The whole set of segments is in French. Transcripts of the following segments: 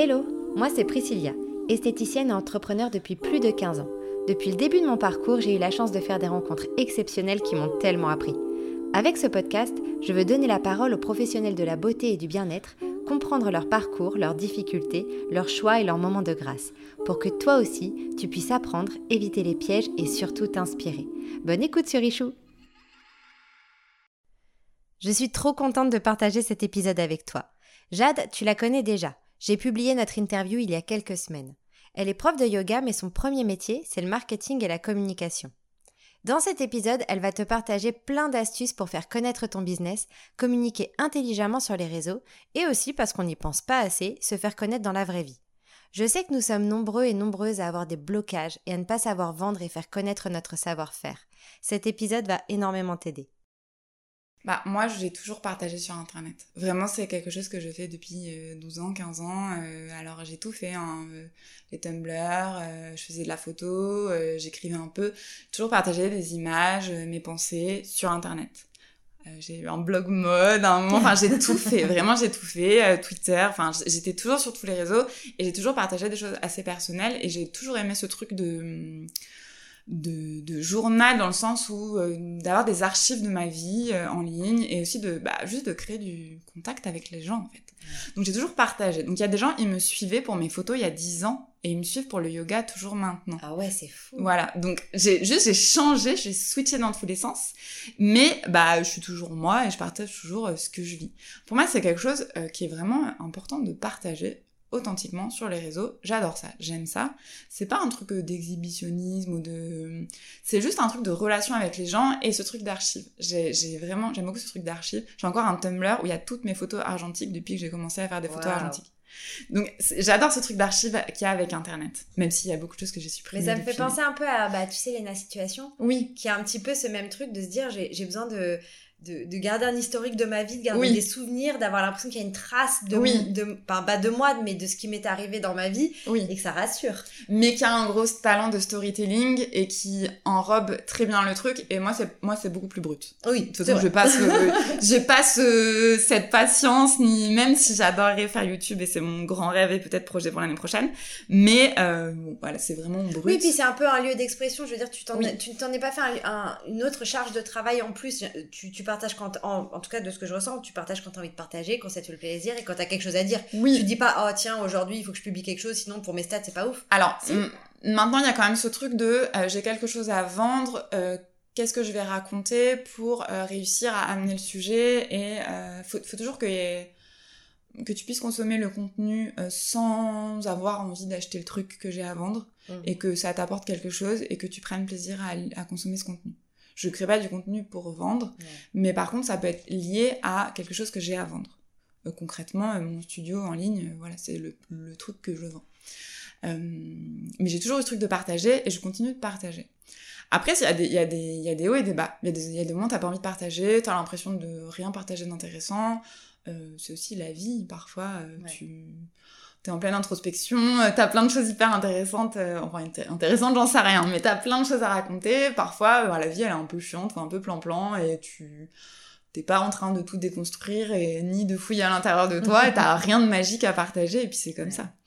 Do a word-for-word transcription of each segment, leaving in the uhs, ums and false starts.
Hello, moi c'est Priscilla, esthéticienne et entrepreneur depuis plus de quinze ans. Depuis le début de mon parcours, j'ai eu la chance de faire des rencontres exceptionnelles qui m'ont tellement appris. Avec ce podcast, je veux donner la parole aux professionnels de la beauté et du bien-être, comprendre leur parcours, leurs difficultés, leurs choix et leurs moments de grâce, pour que toi aussi, tu puisses apprendre, éviter les pièges et surtout t'inspirer. Bonne écoute sur Richou! Je suis trop contente de partager cet épisode avec toi. Jade, tu la connais déjà. J'ai publié notre interview il y a quelques semaines. Elle est prof de yoga, mais son premier métier, c'est le marketing et la communication. Dans cet épisode, elle va te partager plein d'astuces pour faire connaître ton business, communiquer intelligemment sur les réseaux et aussi, parce qu'on n'y pense pas assez, se faire connaître dans la vraie vie. Je sais que nous sommes nombreux et nombreuses à avoir des blocages et à ne pas savoir vendre et faire connaître notre savoir-faire. Cet épisode va énormément t'aider. Bah, moi, j'ai toujours partagé sur Internet. Vraiment, c'est quelque chose que je fais depuis euh, douze ans, quinze ans. Euh, alors, j'ai tout fait, hein. Euh, les Tumblr, euh, je faisais de la photo, euh, j'écrivais un peu. Toujours partagé des images, euh, mes pensées sur Internet. Euh, j'ai eu un blog mode à un moment, enfin, j'ai tout fait. Vraiment, j'ai tout fait. Euh, Twitter, enfin, j'étais toujours sur tous les réseaux et j'ai toujours partagé des choses assez personnelles et j'ai toujours aimé ce truc de... De, de journal dans le sens où euh, d'avoir des archives de ma vie euh, en ligne et aussi de bah, juste de créer du contact avec les gens en fait. Ouais. Donc j'ai toujours partagé. Donc il y a des gens, ils me suivaient pour mes photos il y a dix ans et ils me suivent pour le yoga toujours maintenant. Ah ouais, c'est fou. Voilà, donc j'ai juste j'ai changé, j'ai switché dans tous les sens, mais bah je suis toujours moi et je partage toujours euh, ce que je vis. Pour moi, c'est quelque chose euh, qui est vraiment important de partager authentiquement sur les réseaux. J'adore ça, j'aime ça. C'est pas un truc d'exhibitionnisme ou de... C'est juste un truc de relation avec les gens et ce truc d'archives. J'ai, j'ai vraiment... J'aime beaucoup ce truc d'archives. J'ai encore un Tumblr où il y a toutes mes photos argentiques depuis que j'ai commencé à faire des photos wow. argentiques. Donc j'adore ce truc d'archives qu'il y a avec Internet, même s'il y a beaucoup de choses que j'ai supprimées. Mais ça me fait penser un peu à, bah, tu sais, Léna Situation. Oui. Qui a un petit peu ce même truc de se dire, j'ai, j'ai besoin de... De, de garder un historique de ma vie, de garder oui. des souvenirs, d'avoir l'impression qu'il y a une trace de, oui. de pas, pas de moi, mais de ce qui m'est arrivé dans ma vie, oui. et que ça rassure. Mais qui a un gros talent de storytelling et qui enrobe très bien le truc. Et moi, c'est moi c'est beaucoup plus brut. Oui, de toute façon, je pas ce, j'ai pas ce, cette patience, ni même si j'adorerais faire YouTube et c'est mon grand rêve et peut-être projet pour l'année prochaine. Mais euh, bon, voilà, c'est vraiment brut. Oui, puis c'est un peu un lieu d'expression. Je veux dire, tu t'en, oui. tu t'en es pas fait un, un, une autre charge de travail en plus. Tu, tu partages quand, en, en tout cas de ce que je ressens, tu partages quand t'as envie de partager, quand ça te fait le plaisir et quand t'as quelque chose à dire. Oui. Tu dis pas, oh tiens, aujourd'hui il faut que je publie quelque chose, sinon pour mes stats c'est pas ouf. Alors, si. m- maintenant il y a quand même ce truc de euh, j'ai quelque chose à vendre, euh, qu'est-ce que je vais raconter pour euh, réussir à amener le sujet et euh, faut, faut toujours que, y ait, que tu puisses consommer le contenu euh, sans avoir envie d'acheter le truc que j'ai à vendre mmh. et que ça t'apporte quelque chose et que tu prennes plaisir à, à consommer ce contenu. Je crée pas du contenu pour vendre, ouais. mais par contre, ça peut être lié à quelque chose que j'ai à vendre. Euh, concrètement, euh, mon studio en ligne, euh, voilà, c'est le, le truc que je vends. Euh, mais j'ai toujours eu ce truc de partager et je continue de partager. Après, il y a des, il y a des, il y a des hauts et des bas. Il y a des, il y a des moments où t'as pas envie de partager, t'as l'impression de rien partager d'intéressant. Euh, c'est aussi la vie, parfois, euh, ouais. tu... T'es en pleine introspection, t'as plein de choses hyper intéressantes, euh, enfin intéressantes j'en sais rien, mais t'as plein de choses à raconter, parfois euh, la vie elle est un peu chiante, un peu plan-plan, et tu t'es pas en train de tout déconstruire, et ni de fouiller à l'intérieur de toi, et t'as rien de magique à partager, et puis c'est comme ouais. ça.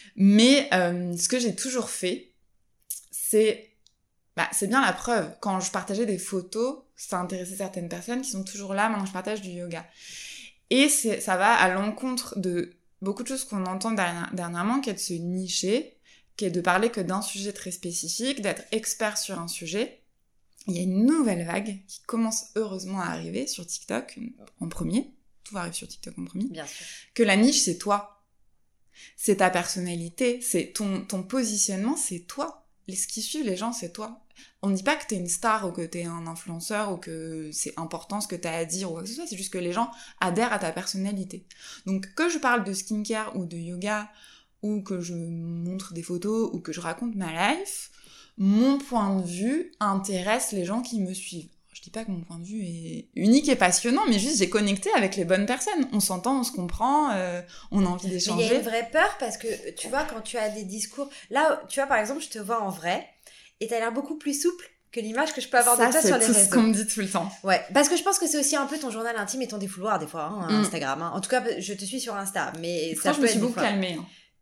Mais euh, ce que j'ai toujours fait, c'est... Bah, c'est bien la preuve, quand je partageais des photos, ça intéressait certaines personnes qui sont toujours là, maintenant je partage du yoga. Et c'est, ça va à l'encontre de... beaucoup de choses qu'on entend dernièrement, qui est de se nicher, qui est de parler que d'un sujet très spécifique, d'être expert sur un sujet. Il y a une nouvelle vague qui commence heureusement à arriver sur TikTok en premier. Tout arrive sur TikTok en premier. Bien sûr. Que la niche, c'est toi. C'est ta personnalité, c'est ton, ton positionnement, c'est toi. Ce qui suit les gens, c'est toi. On ne dit pas que t'es une star ou que t'es un influenceur ou que c'est important ce que t'as à dire ou quoi que ce soit, c'est juste que les gens adhèrent à ta personnalité. Donc que je parle de skincare ou de yoga ou que je montre des photos ou que je raconte ma life, mon point de vue intéresse les gens qui me suivent. Je dis pas que mon point de vue est unique et passionnant, mais juste j'ai connecté avec les bonnes personnes. On s'entend, on se comprend, euh, on a envie d'échanger. Mais il y a une vraie peur parce que tu vois, quand tu as des discours... Là, tu vois, par exemple, je te vois en vrai et t'as l'air beaucoup plus souple que l'image que je peux avoir ça, de toi sur les réseaux. Ça, c'est tout ce qu'on me dit tout le temps. Ouais, parce que je pense que c'est aussi un peu ton journal intime et ton défouloir des fois, hein, mm. Instagram. Hein. En tout cas, je te suis sur Insta, mais ça peut être. Je me suis beaucoup calmée. Hein.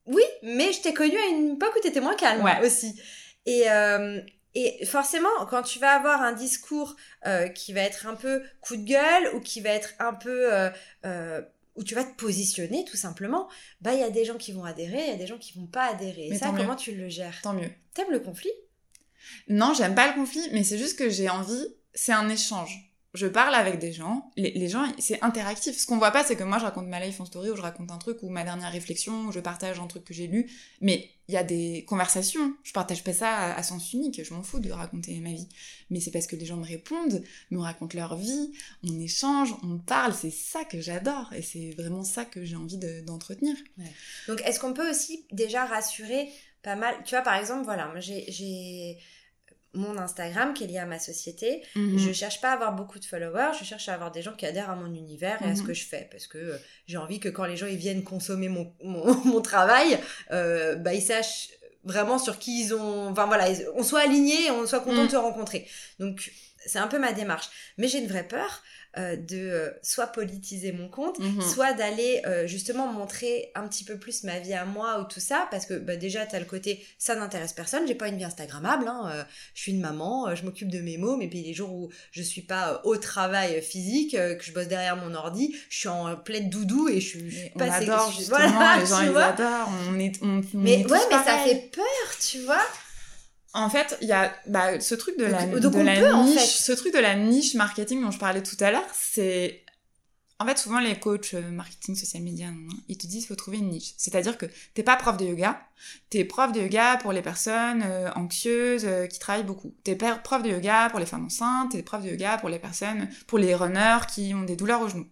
Oui, mais je t'ai connue à une époque où t'étais moins calme ouais. aussi. Et, euh, et forcément, quand tu vas avoir un discours euh, qui va être un peu coup de gueule ou qui va être un peu... Euh, euh, où tu vas te positionner tout simplement, bah il y a des gens qui vont adhérer, il y a des gens qui vont pas adhérer. Mais ça, tant comment mieux. tu le gères? Tant mieux. T'aimes le conflit? Non, j'aime pas le conflit, mais c'est juste que j'ai envie... C'est un échange. Je parle avec des gens, les, les gens, c'est interactif. Ce qu'on voit pas, c'est que moi, je raconte ma life en story, ou je raconte un truc, ou ma dernière réflexion, ou je partage un truc que j'ai lu. Mais il y a des conversations. Je partage pas ça à, à sens unique. Je m'en fous de raconter ma vie. Mais c'est parce que les gens me répondent, me racontent leur vie, on échange, on parle. C'est ça que j'adore. Et c'est vraiment ça que j'ai envie de, d'entretenir. Ouais. Donc, est-ce qu'on peut aussi déjà rassurer pas mal... Tu vois, par exemple, voilà, moi, j'ai... j'ai... mon Instagram qui est lié à ma société, mmh. je cherche pas à avoir beaucoup de followers, je cherche à avoir des gens qui adhèrent à mon univers et mmh. à ce que je fais, parce que euh, j'ai envie que quand les gens ils viennent consommer mon, mon, mon travail, euh, bah, ils sachent vraiment sur qui ils ont... Enfin voilà, ils, on soit alignés, on soit content mmh. de se rencontrer. Donc c'est un peu ma démarche. Mais j'ai une vraie peur euh, de euh, soit politiser mon compte, mmh. soit d'aller euh, justement montrer un petit peu plus ma vie à moi ou tout ça, parce que bah, déjà t'as le côté ça n'intéresse personne, j'ai pas une vie instagrammable, hein, euh, je suis une maman, euh, je m'occupe de mes mômes, et puis les jours où je suis pas euh, au travail physique, euh, que je bosse derrière mon ordi, je suis en pleine doudou et je suis, je suis on passée, adore je, justement, voilà, les gens ils vois. adorent, on est, on, on mais est ouais, tous mais pareils. ça fait peur, tu vois. En fait, il y a bah, ce truc de donc, la, donc de on la peut, niche, en fait. ce truc de la niche marketing dont je parlais tout à l'heure, c'est en fait souvent les coachs marketing, social media, ils te disent faut trouver une niche. C'est-à-dire que t'es pas prof de yoga, t'es prof de yoga pour les personnes euh, anxieuses euh, qui travaillent beaucoup. T'es prof de yoga pour les femmes enceintes, t'es prof de yoga pour les personnes, pour les runners qui ont des douleurs aux genoux.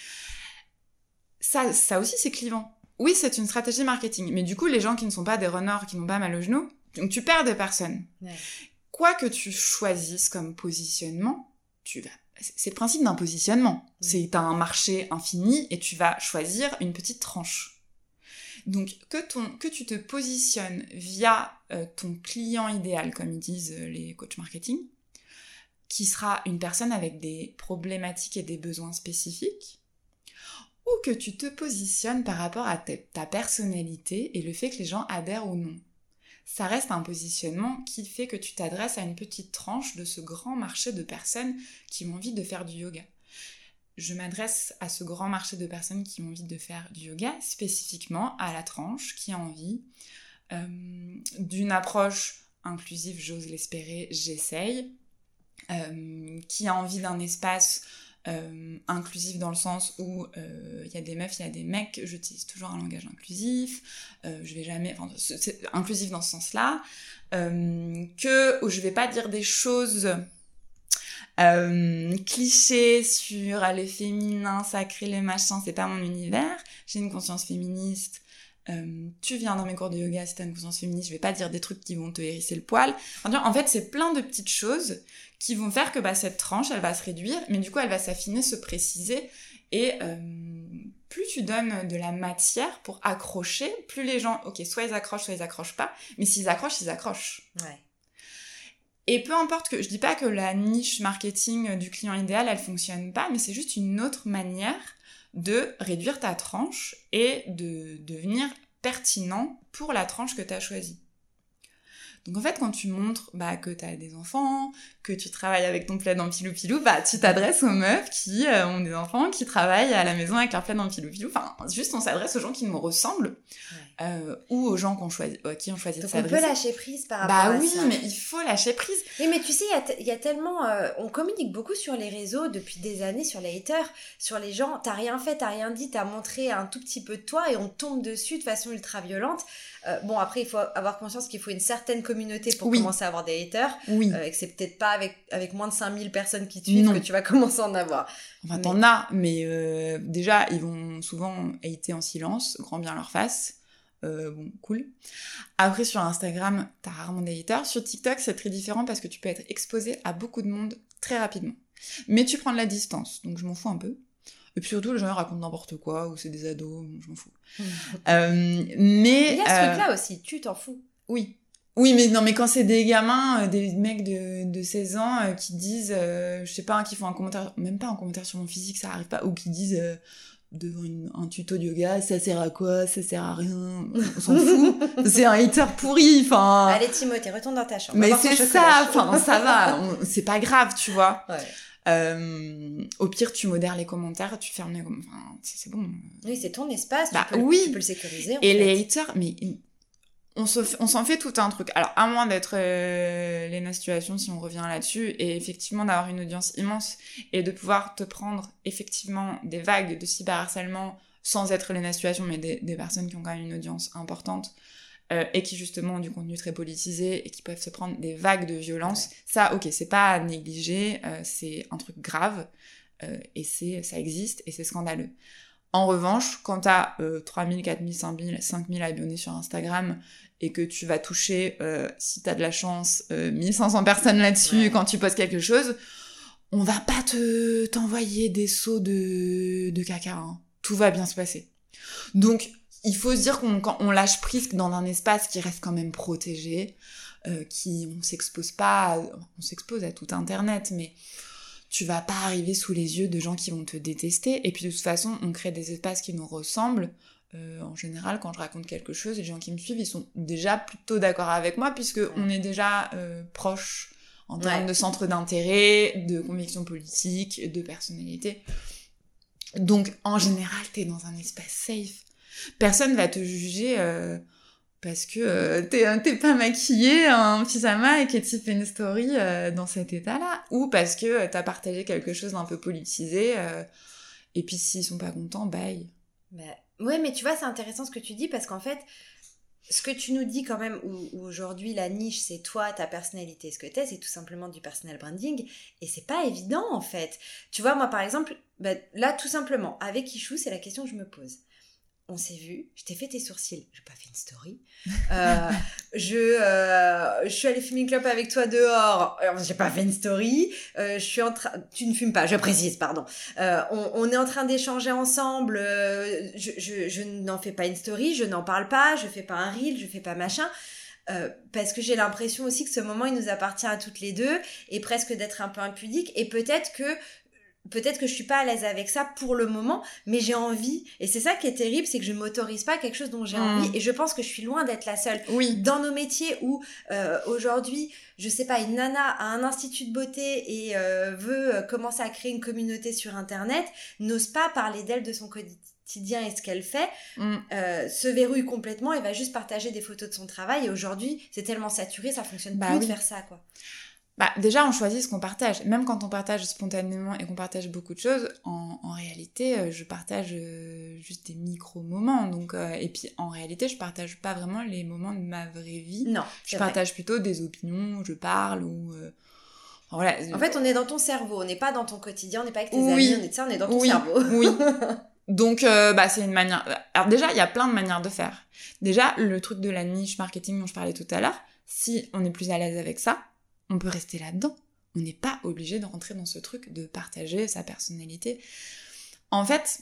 Ça, ça aussi c'est clivant. Oui, c'est une stratégie marketing, mais du coup les gens qui ne sont pas des runners, qui n'ont pas mal aux genoux, donc tu perds des personnes. Ouais. Quoi que tu choisisses comme positionnement, tu vas... c'est le principe d'un positionnement. Mmh. C'est t'as un marché infini et tu vas choisir une petite tranche. Donc que, ton, que tu te positionnes via euh, ton client idéal, comme ils disent euh, les coachs marketing, qui sera une personne avec des problématiques et des besoins spécifiques, ou que tu te positionnes par rapport à ta, ta personnalité et le fait que les gens adhèrent ou non. Ça reste un positionnement qui fait que tu t'adresses à une petite tranche de ce grand marché de personnes qui ont envie de faire du yoga. Je m'adresse à ce grand marché de personnes qui ont envie de faire du yoga, spécifiquement à la tranche qui a envie euh, d'une approche inclusive, j'ose l'espérer, j'essaye, euh, qui a envie d'un espace Euh, inclusif dans le sens où il euh, y a des meufs, il y a des mecs, j'utilise toujours un langage inclusif, euh, je vais jamais, enfin, c'est, c'est inclusif dans ce sens-là, euh, que où je vais pas dire des choses euh, clichés sur les féminins sacrés, les machins, c'est pas mon univers. J'ai une conscience féministe. Euh, tu viens dans mes cours de yoga si t'as une conscience féministe, je vais pas dire des trucs qui vont te hérisser le poil. Enfin, en fait, c'est plein de petites choses qui vont faire que bah, cette tranche, elle va se réduire, mais du coup, elle va s'affiner, se préciser, et euh, plus tu donnes de la matière pour accrocher, plus les gens, ok, soit ils accrochent, soit ils accrochent pas, mais s'ils accrochent, ils accrochent. Ouais. Et peu importe que, je dis pas que la niche marketing du client idéal, elle fonctionne pas, mais c'est juste une autre manière de réduire ta tranche et de devenir pertinent pour la tranche que tu as choisie. Donc en fait, quand tu montres bah, que tu as des enfants, que tu travailles avec ton plaid en pilou-pilou, bah, tu t'adresses aux meufs qui euh, ont des enfants, qui travaillent à la maison avec leur plaid en pilou-pilou. Enfin, juste on s'adresse aux gens qui nous ressemblent, ouais. euh, ou aux gens qu'on choisit, euh, qui ont choisi donc de s'adresser. Donc on peut lâcher prise par rapport bah, à oui, ça. Bah oui, mais il faut lâcher prise. Oui, mais tu sais, il y a, t- y a tellement... Euh, on communique beaucoup sur les réseaux depuis des années, sur les haters, sur les gens. T'as rien fait, t'as rien dit, t'as montré un tout petit peu de toi et on tombe dessus de façon ultra violente. Euh, bon, après, il faut avoir conscience qu'il faut une certaine communauté pour oui. commencer à avoir des haters. Oui. Euh, et que c'est peut-être pas avec, avec moins de cinq mille personnes qui te suivent non. que tu vas commencer à en avoir. Enfin, mais... t'en as, mais euh, déjà, ils vont souvent hater en silence, grand bien leur face. Euh, bon, cool. Après, sur Instagram, t'as rarement des haters. Sur TikTok, c'est très différent parce que tu peux être exposé à beaucoup de monde très rapidement. Mais tu prends de la distance, donc je m'en fous un peu. Et puis surtout, les gens racontent n'importe quoi, ou c'est des ados, je m'en fous. euh, mais... Il y a ce euh... truc-là aussi, tu t'en fous. Oui. Oui, mais non, mais quand c'est des gamins, euh, des mecs de, de seize ans euh, qui disent, euh, je sais pas, qui font un commentaire, même pas un commentaire sur mon physique, ça arrive pas, ou qui disent... Euh, devant une, un tuto de yoga, ça sert à quoi, ça sert à rien, on s'en fout. C'est un hater pourri, enfin. Allez Timothée, retourne dans ta chambre. Mais c'est ça, enfin ça va, on, c'est pas grave, tu vois. Ouais. Euh, au pire, tu modères les commentaires, tu fermes les commentaires, enfin, c'est, c'est bon. Oui, c'est ton espace, bah, tu, peux, oui. tu peux le sécuriser. En Et fait. les haters, mais on, se, on s'en fait tout un truc. Alors, à moins d'être euh, Lena Situation, si on revient là-dessus, et effectivement d'avoir une audience immense, et de pouvoir te prendre effectivement des vagues de cyberharcèlement, sans être Lena Situation, mais des, des personnes qui ont quand même une audience importante, euh, et qui justement ont du contenu très politisé, et qui peuvent se prendre des vagues de violence. Ouais. Ça, ok, c'est pas à négliger, euh, c'est un truc grave, euh, et c'est, ça existe, et c'est scandaleux. En revanche, quand t'as euh, trois mille, quatre mille, cinq mille, cinq mille abonnés sur Instagram et que tu vas toucher, euh, si t'as de la chance, euh, mille cinq cents personnes là-dessus ouais. quand tu postes quelque chose, on va pas te t'envoyer des seaux de, de caca. Hein. Tout va bien se passer. Donc, il faut se dire qu'on quand on lâche prise dans un espace qui reste quand même protégé, euh, qui on s'expose pas, à, on s'expose à tout Internet, mais tu vas pas arriver sous les yeux de gens qui vont te détester. Et puis de toute façon, on crée des espaces qui nous ressemblent. Euh, en général, quand je raconte quelque chose, les gens qui me suivent, ils sont déjà plutôt d'accord avec moi, puisque on est déjà euh, proches en termes ouais. de centre d'intérêt, de convictions politiques, de personnalité. Donc, en général, t'es dans un espace safe. Personne va te juger euh, parce que euh, t'es, t'es pas maquillée en pyjama et que tu fais une story euh, dans cet état-là. Ou parce que euh, t'as partagé quelque chose d'un peu politisé. Euh, et puis, s'ils sont pas contents, bye. Bah, ouais, mais tu vois, c'est intéressant ce que tu dis parce qu'en fait, ce que tu nous dis quand même, où, où aujourd'hui la niche, c'est toi, ta personnalité, ce que t'es, c'est tout simplement du personal branding. Et c'est pas évident, en fait. Tu vois, moi, par exemple, bah, là, tout simplement, avec Ichou, c'est la question que je me pose. On s'est vu, je t'ai fait tes sourcils, j'ai pas fait une story. Euh, je, euh, je suis allée fumer une clope avec toi dehors, alors, j'ai pas fait une story. Euh, je suis en train, tu ne fumes pas, je précise, pardon. Euh, on, on est en train d'échanger ensemble. Euh, je, je, je n'en fais pas une story, je n'en parle pas, je fais pas un reel, je fais pas machin. Euh, parce que j'ai l'impression aussi que ce moment il nous appartient à toutes les deux et presque d'être un peu impudique et peut-être que Peut-être que je suis pas à l'aise avec ça pour le moment, mais j'ai envie. Et c'est ça qui est terrible, c'est que je ne m'autorise pas quelque chose dont j'ai mmh. envie. Et je pense que je suis loin d'être la seule. Oui. Dans nos métiers où euh, aujourd'hui, je sais pas, une nana a un institut de beauté et euh, veut commencer à créer une communauté sur Internet, n'ose pas parler d'elle, de son quotidien et ce qu'elle fait, mmh. euh, se verrouille complètement et va juste partager des photos de son travail. Et aujourd'hui, c'est tellement saturé, ça fonctionne bah plus oui. de faire ça, quoi. Bah, déjà, on choisit ce qu'on partage. Même quand on partage spontanément et qu'on partage beaucoup de choses, en, en réalité, euh, je partage euh, juste des micro-moments. Donc, euh, et puis, en réalité, je partage pas vraiment les moments de ma vraie vie. Non, je partage vrai. plutôt des opinions, je parle ou... Euh, voilà. En fait, on est dans ton cerveau, on n'est pas dans ton quotidien, on n'est pas avec tes oui. amis, on est, ça, on est dans ton oui. cerveau. Oui. Donc, euh, bah, c'est une manière... Alors déjà, il y a plein de manières de faire. Déjà, le truc de la niche marketing dont je parlais tout à l'heure, si on est plus à l'aise avec ça, on peut rester là-dedans. On n'est pas obligé de rentrer dans ce truc de partager sa personnalité. En fait,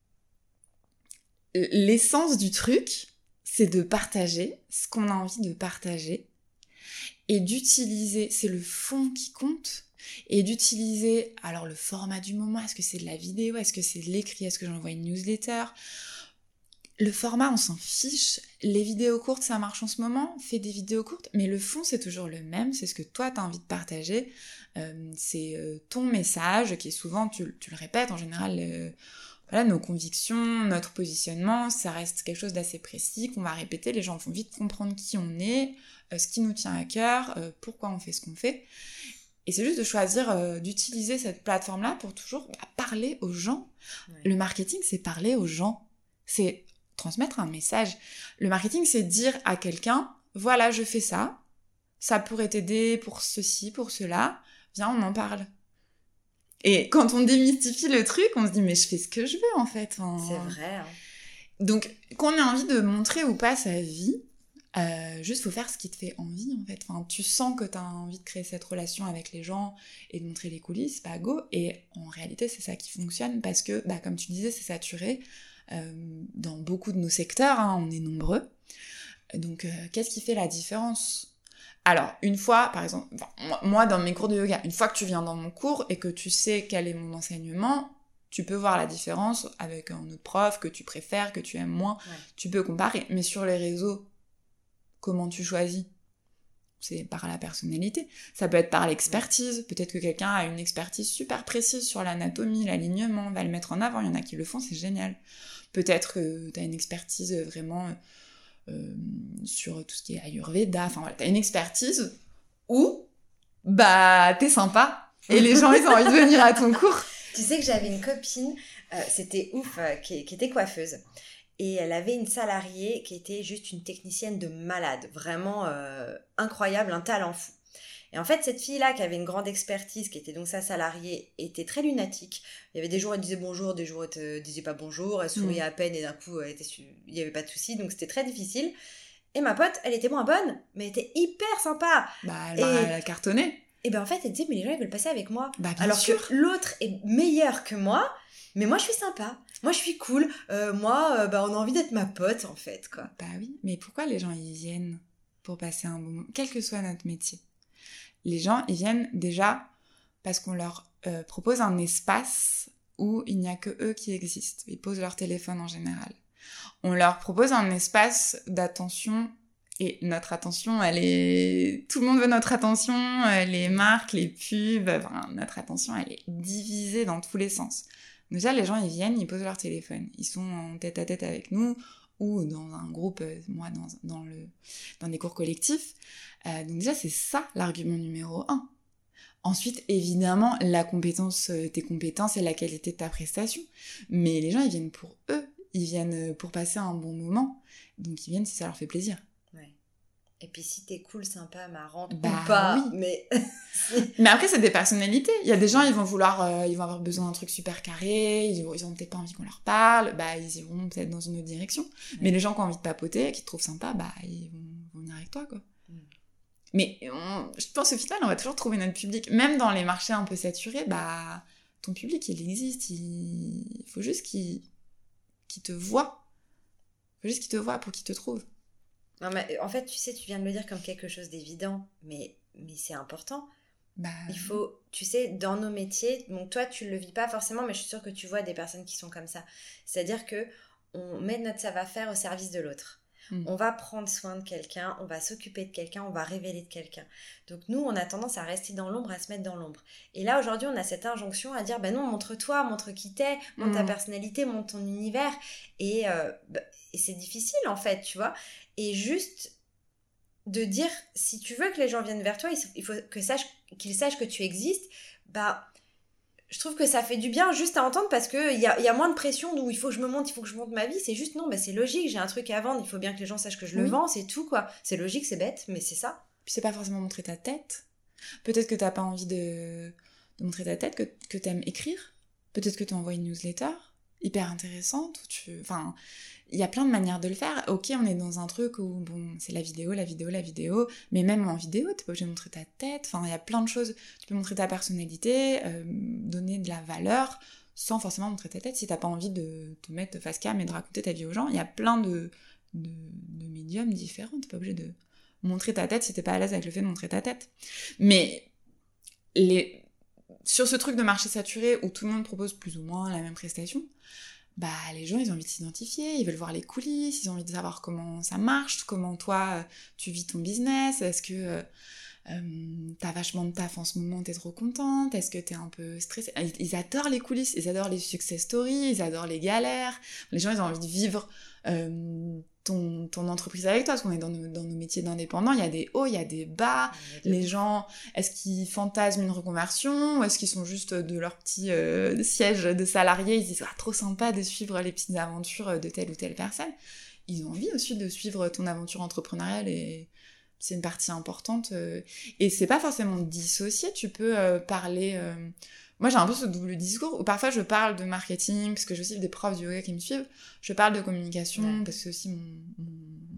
l'essence du truc, c'est de partager ce qu'on a envie de partager et d'utiliser, c'est le fond qui compte, et d'utiliser, alors le format du moment, est-ce que c'est de la vidéo, est-ce que c'est de l'écrit, est-ce que j'envoie une newsletter ? Le format, on s'en fiche. Les vidéos courtes, ça marche en ce moment. Fais des vidéos courtes. Mais le fond, c'est toujours le même. C'est ce que toi, t'as envie de partager. Euh, c'est euh, ton message qui est souvent, tu, tu le répètes, en général, euh, voilà, nos convictions, notre positionnement, ça reste quelque chose d'assez précis qu'on va répéter. Les gens vont vite comprendre qui on est, euh, ce qui nous tient à cœur, euh, pourquoi on fait ce qu'on fait. Et c'est juste de choisir euh, d'utiliser cette plateforme-là pour toujours bah, parler aux gens. Ouais. Le marketing, c'est parler aux gens. C'est transmettre un message. Le marketing, c'est dire à quelqu'un, voilà, je fais ça, ça pourrait t'aider pour ceci, pour cela, viens, on en parle. Et quand on démystifie le truc, on se dit, mais je fais ce que je veux, en fait. Enfin... C'est vrai. Hein. Donc, qu'on ait envie de montrer ou pas sa vie, euh, juste faut faire ce qui te fait envie, en fait. Enfin, tu sens que t'as envie de créer cette relation avec les gens et de montrer les coulisses, bah go. Et en réalité, c'est ça qui fonctionne parce que, bah, comme tu disais, c'est saturé. Euh, dans beaucoup de nos secteurs, hein, on est nombreux. Donc, euh, qu'est-ce qui fait la différence ? Alors, une fois, par exemple, moi, dans mes cours de yoga, une fois que tu viens dans mon cours et que tu sais quel est mon enseignement, Tu peux voir la différence avec un autre prof que tu préfères, que tu aimes moins. Ouais. Tu peux comparer. Mais sur les réseaux, comment tu choisis ? C'est par la personnalité. Ça peut être par l'expertise. Peut-être que quelqu'un a une expertise super précise sur l'anatomie, l'alignement, va le mettre en avant. Il y en a qui le font, c'est génial. Peut-être que tu as une expertise vraiment euh, sur tout ce qui est Ayurveda. Enfin voilà, tu as une expertise où bah, t'es sympa. Et les gens, ils ont envie de venir à ton cours. Tu sais que j'avais une copine, euh, c'était ouf, euh, qui, qui était coiffeuse. Et elle avait une salariée qui était juste une technicienne de malade, vraiment euh, incroyable, un talent fou. Et en fait, cette fille-là, qui avait une grande expertise, qui était donc sa salariée, était très lunatique. Il y avait des jours, elle disait bonjour, des jours, elle ne disait pas bonjour, elle souriait mmh. à peine, et d'un coup, elle était su... il n'y avait pas de souci, donc c'était très difficile. Et ma pote, elle était moins bonne, mais elle était hyper sympa. Bah, elle, et... elle a cartonné. Et ben en fait, elle disait, mais les gens, ils veulent passer avec moi. Bah, bien Alors sûr. que l'autre est meilleur que moi, mais moi, je suis sympa. Moi, je suis cool. Euh, moi, euh, bah, on a envie d'être ma pote, en fait, quoi. Bah oui, mais pourquoi les gens, ils viennent pour passer un bon moment, quel que soit notre métier ? Les gens, ils viennent déjà parce qu'on leur euh, propose un espace où il n'y a que eux qui existent. Ils posent leur téléphone en général. On leur propose un espace d'attention et notre attention, elle est... Tout le monde veut notre attention, les marques, les pubs, enfin, notre attention, elle est divisée dans tous les sens. Déjà, les gens, ils viennent, ils posent leur téléphone. Ils sont en tête à tête avec nous ou dans un groupe, moi, dans, dans, le, dans des cours collectifs. Euh, donc déjà, c'est ça l'argument numéro un. Ensuite, évidemment, la compétence, tes compétences et la qualité de ta prestation. Mais les gens, ils viennent pour eux. Ils viennent pour passer un bon moment. Donc, ils viennent si ça leur fait plaisir. Ouais. Et puis, si t'es cool, sympa, marrante bah, ou pas, oui. mais... mais après, c'est des personnalités. Il y a des gens, ils vont vouloir, euh, ils vont avoir besoin d'un truc super carré, ils, ils ont peut-être pas envie qu'on leur parle, bah, ils iront peut-être dans une autre direction. Ouais. Mais les gens qui ont envie de papoter, qui te trouvent sympa, bah, ils vont, vont venir avec toi, quoi. Mm. Mais on, je pense au final, on va toujours trouver notre public. Même dans les marchés un peu saturés, bah, ton public, il existe. Il, il faut juste qu'il, qu'il te voie. Il faut juste qu'il te voie pour qu'il te trouve. Non, mais en fait, tu sais, tu viens de le dire comme quelque chose d'évident, mais, mais c'est important. Bah... Il faut, tu sais, dans nos métiers, donc toi, tu le vis pas forcément, mais je suis sûre que tu vois des personnes qui sont comme ça. C'est-à-dire que on met notre savoir-faire au service de l'autre. Mmh. On va prendre soin de quelqu'un, on va s'occuper de quelqu'un, on va révéler de quelqu'un. Donc nous, on a tendance à rester dans l'ombre, à se mettre dans l'ombre. Et là, aujourd'hui, on a cette injonction à dire, ben non, montre-toi, montre qui t'es, montre mmh. ta personnalité, montre ton univers. Et, euh, bah, et c'est difficile, en fait, tu vois. Et juste de dire, si tu veux que les gens viennent vers toi, il faut que sache, qu'ils sachent que tu existes, bah... Je trouve que ça fait du bien juste à entendre parce qu'il y a, y a moins de pression d'où il faut que je me monte, il faut que je monte ma vie. C'est juste, non, bah c'est logique, j'ai un truc à vendre, il faut bien que les gens sachent que je oui. le vends, c'est tout, quoi. C'est logique, c'est bête, mais c'est ça. Puis c'est pas forcément montrer ta tête. Peut-être que t'as pas envie de, de montrer ta tête, que, que t'aimes écrire. Peut-être que t'envoies une newsletter hyper intéressante. Où tu... Enfin, il y a plein de manières de le faire. Ok, on est dans un truc où, bon, c'est la vidéo, la vidéo, la vidéo, mais même en vidéo, t'es pas obligé de montrer ta tête. Enfin, il y a plein de choses. Tu peux montrer ta personnalité, euh, donner de la valeur, sans forcément montrer ta tête. Si t'as pas envie de te mettre face cam et de raconter ta vie aux gens, il y a plein de, de, de médiums différents. T'es pas obligé de montrer ta tête si t'es pas à l'aise avec le fait de montrer ta tête. Mais les... sur ce truc de marché saturé où tout le monde propose plus ou moins la même prestation, bah les gens ils ont envie de s'identifier, ils veulent voir les coulisses, ils ont envie de savoir comment ça marche, comment toi tu vis ton business, est-ce que euh, euh, t'as vachement de taf en ce moment, t'es trop contente, est-ce que t'es un peu stressée. Ils, ils adorent les coulisses, ils adorent les success stories, ils adorent les galères, les gens ils ont envie de vivre euh, ton, ton entreprise avec toi, parce qu'on est dans nos, dans nos métiers d'indépendants, il y a des hauts, il y a des bas, des les gens, est-ce qu'ils fantasment une reconversion, ou est-ce qu'ils sont juste de leur petit euh, siège de salariés, ils se disent ah, trop sympa de suivre les petites aventures de telle ou telle personne. Ils ont envie aussi de suivre ton aventure entrepreneuriale et c'est une partie importante. Euh, et c'est pas forcément dissocié, tu peux euh, parler... Euh, moi, j'ai un peu ce double discours où parfois je parle de marketing, parce que j'ai aussi des profs de yoga qui me suivent. Je parle de communication, ouais. parce que c'est aussi mon, mon,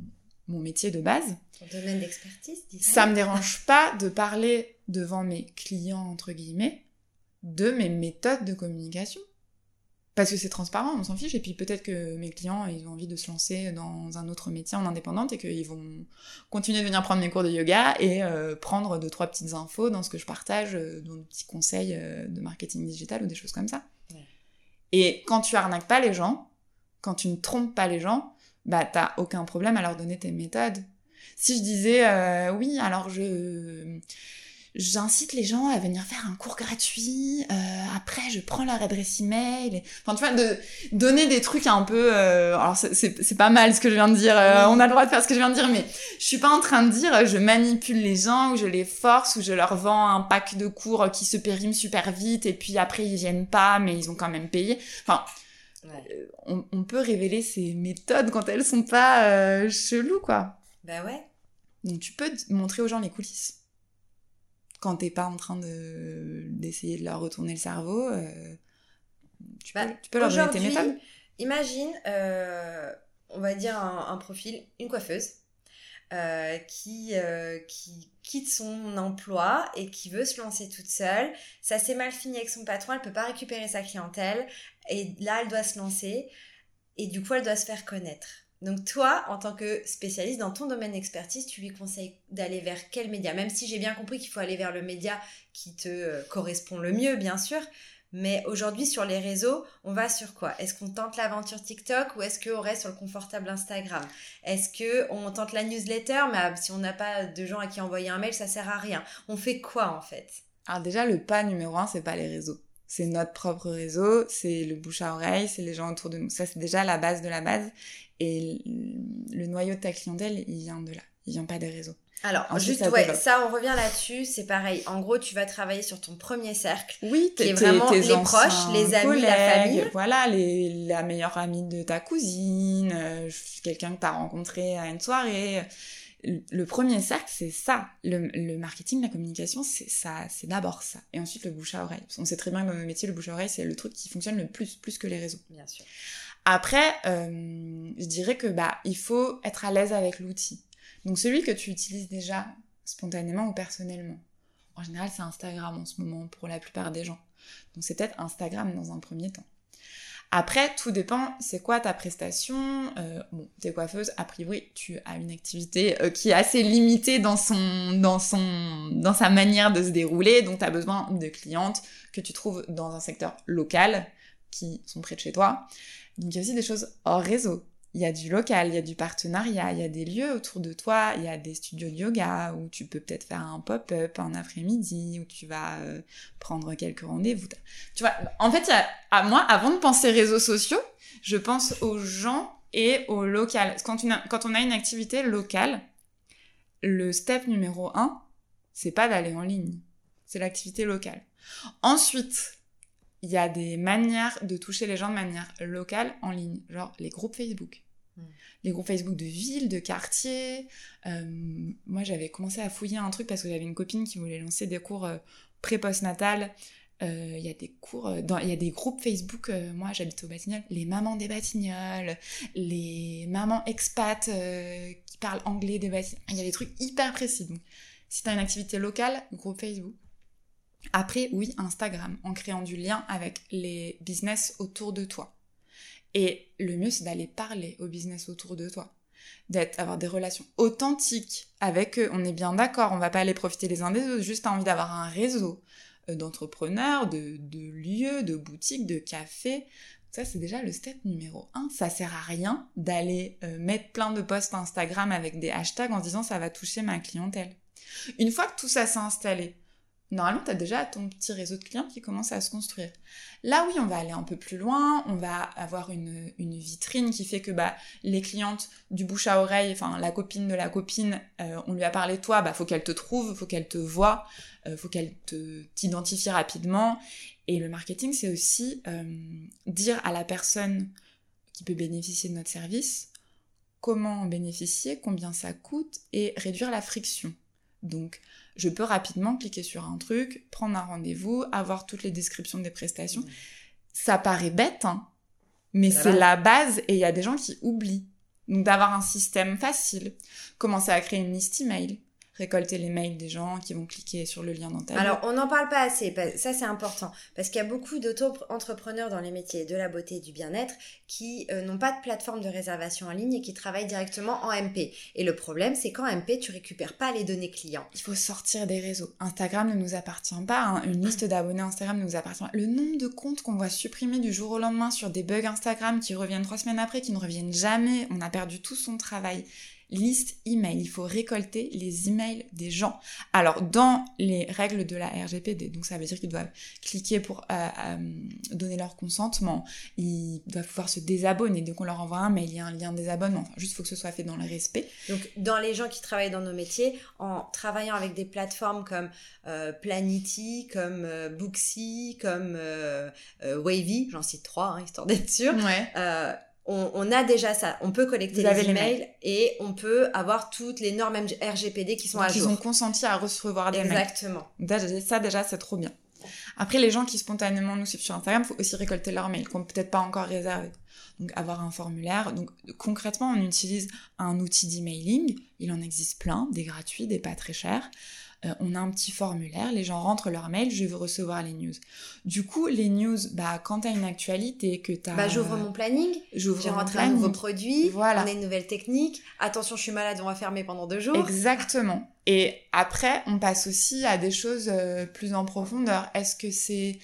mon métier de base. Ton domaine d'expertise, dis ça. Ça me dérange pas de parler devant mes clients, entre guillemets, de mes méthodes de communication. Parce que c'est transparent, on s'en fiche, et puis peut-être que mes clients, ils ont envie de se lancer dans un autre métier en indépendante et qu'ils vont continuer de venir prendre mes cours de yoga et euh, prendre deux, trois petites infos dans ce que je partage, euh, dans des petits conseils euh, de marketing digital ou des choses comme ça. Ouais. Et quand tu arnaques pas les gens, quand tu ne trompes pas les gens, bah t'as aucun problème à leur donner tes méthodes. Si je disais euh, oui, alors je j'incite les gens à venir faire un cours gratuit, euh, après je prends leur adresse email, et... enfin tu vois, de donner des trucs un peu, euh... alors c'est, c'est, c'est pas mal ce que je viens de dire, euh, on a le droit de faire ce que je viens de dire, mais je suis pas en train de dire je manipule les gens, ou je les force, ou je leur vends un pack de cours qui se périment super vite, et puis après ils viennent pas, mais ils ont quand même payé, enfin... Ouais. On, on peut révéler ces méthodes quand elles sont pas euh, cheloues, quoi. Bah ouais. Donc tu peux montrer aux gens les coulisses. Quand t'es pas en train de d'essayer de leur retourner le cerveau, euh, tu, bah, peux, tu peux leur donner tes méthodes. Imagine, euh, on va dire un, un profil, une coiffeuse, euh, qui, euh, qui quitte son emploi et qui veut se lancer toute seule. Ça s'est mal fini avec son patron, elle peut pas récupérer sa clientèle, et là elle doit se lancer, et du coup elle doit se faire connaître. Donc toi, en tant que spécialiste dans ton domaine d'expertise, tu lui conseilles d'aller vers quel média ? Même si j'ai bien compris qu'il faut aller vers le média qui te euh, correspond le mieux, bien sûr. Mais aujourd'hui, sur les réseaux, on va sur quoi ? Est-ce qu'on tente l'aventure TikTok ou est-ce qu'on reste sur le confortable Instagram ? Est-ce qu'on tente la newsletter, mais si on n'a pas de gens à qui envoyer un mail, ça sert à rien. On fait quoi en fait ? Alors déjà, le pas numéro un, c'est pas les réseaux. C'est notre propre réseau, c'est le bouche à oreille, c'est les gens autour de nous. Ça, c'est déjà la base de la base. Et le noyau de ta clientèle, il vient de là. Il vient pas des réseaux. Alors, Ensuite, juste, ça, ouais, ça, on revient là-dessus, c'est pareil. En gros, tu vas travailler sur ton premier cercle, oui, qui est vraiment les proches, les amis, collègues, la famille. Voilà, les, la meilleure amie de ta cousine, euh, quelqu'un que tu as rencontré à une soirée. Le premier cercle, c'est ça. Le, le marketing, la communication, c'est ça, c'est d'abord ça. Et ensuite, le bouche à oreille. On sait très bien que dans nos métiers, le bouche à oreille, c'est le truc qui fonctionne le plus, plus que les réseaux. Bien sûr. Après, euh, je dirais que bah, il faut être à l'aise avec l'outil. Donc celui que tu utilises déjà spontanément ou personnellement. En général, c'est Instagram en ce moment pour la plupart des gens. Donc c'est peut-être Instagram dans un premier temps. Après, tout dépend, c'est quoi ta prestation ? euh, Bon, t'es coiffeuse, a priori, tu as une activité euh, qui est assez limitée dans son, dans son, dans sa manière de se dérouler, donc t'as besoin de clientes que tu trouves dans un secteur local, qui sont près de chez toi. Donc il y a aussi des choses hors réseau. Il y a du local, il y a du partenariat, il y a des lieux autour de toi, il y a des studios de yoga où tu peux peut-être faire un pop-up un après-midi, où tu vas euh, prendre quelques rendez-vous. Tu vois, en fait, il y a, à moi, avant de penser réseaux sociaux, je pense aux gens et au local. Quand, une, quand on a une activité locale, le step numéro un, c'est pas d'aller en ligne, c'est l'activité locale. Ensuite, il y a des manières de toucher les gens de manière locale en ligne, genre les groupes Facebook. Mmh. Les groupes Facebook de ville, de quartier. Euh, moi, j'avais commencé à fouiller un truc parce que j'avais une copine qui voulait lancer des cours euh, pré-postnatal. Il euh, y a des cours, il y a des groupes Facebook, euh, moi j'habite au Batignolles, les mamans des Batignolles, les mamans expats euh, qui parlent anglais des Batignolles. Il y a des trucs hyper précis. Donc, si t'as une activité locale, groupe Facebook. Après, oui, Instagram, en créant du lien avec les business autour de toi. Et le mieux, c'est d'aller parler aux business autour de toi. D'être, avoir des relations authentiques avec eux. On est bien d'accord, on va pas aller profiter les uns des autres, juste envie d'avoir un réseau d'entrepreneurs, de, de lieux, de boutiques, de cafés. Ça, c'est déjà le step numéro un. Ça sert à rien d'aller euh, mettre plein de posts Instagram avec des hashtags en se disant « ça va toucher ma clientèle ». Une fois que tout ça s'est installé, normalement, tu as déjà ton petit réseau de clients qui commence à se construire. Là, oui, on va aller un peu plus loin, on va avoir une, une vitrine qui fait que bah, les clientes du bouche à oreille, enfin la copine de la copine, euh, on lui a parlé de toi, bah, faut qu'elle te trouve, faut qu'elle te voie, euh, faut qu'elle te, t'identifie rapidement. Et le marketing, c'est aussi euh, dire à la personne qui peut bénéficier de notre service comment en bénéficier, combien ça coûte et réduire la friction. Donc, je peux rapidement cliquer sur un truc, prendre un rendez-vous, avoir toutes les descriptions des prestations. Mmh. Ça paraît bête, hein, mais ça c'est va. La base et il y a des gens qui oublient. Donc, d'avoir un système facile, commencer à créer une liste email, récolter les mails des gens qui vont cliquer sur le lien dans ta bio. Alors, on n'en parle pas assez, ça c'est important, parce qu'il y a beaucoup d'auto-entrepreneurs dans les métiers de la beauté et du bien-être qui euh, n'ont pas de plateforme de réservation en ligne et qui travaillent directement en M P. Et le problème, c'est qu'en M P, tu récupères pas les données clients. Il faut sortir des réseaux. Instagram ne nous appartient pas, hein. Une liste d'abonnés Instagram ne nous appartient pas. Le nombre de comptes qu'on voit supprimer du jour au lendemain sur des bugs Instagram qui reviennent trois semaines après, qui ne reviennent jamais, on a perdu tout son travail. Liste email, il faut récolter les emails des gens. Alors, dans les règles de la R G P D, donc ça veut dire qu'ils doivent cliquer pour euh, euh, donner leur consentement, ils doivent pouvoir se désabonner, donc on leur envoie un mail, il y a un lien de désabonnement, enfin, juste il faut que ce soit fait dans le respect. Donc, dans les gens qui travaillent dans nos métiers, en travaillant avec des plateformes comme euh, Planity, comme euh, Booksy, comme euh, euh, Wavy, j'en cite trois, hein, histoire d'être sûre, ouais. euh, On, on a déjà ça, on peut collecter Vous les les emails mails. Et on peut avoir toutes les normes R G P D qui sont donc à ils jour. ont consenti à recevoir des Exactement. mails. Exactement. Ça déjà c'est trop bien. Après les gens qui spontanément nous suivent sur Instagram, il faut aussi récolter leurs mails, qu'on peut peut-être pas encore réservé. Donc avoir un formulaire. Donc concrètement on utilise un outil d'emailing, il en existe plein, des gratuits, des pas très chers. Euh, on a un petit formulaire, les gens rentrent leur mail, je veux recevoir les news. Du coup, les news, bah, quand t'as une actualité, que t'as... Bah, j'ouvre mon planning, j'ouvre j'ai mon rentré planning. un nouveau produit, voilà. on a une nouvelle technique, attention, je suis malade, on va fermer pendant deux jours. Exactement. Et après, on passe aussi à des choses euh, plus en profondeur. Est-ce que c'est...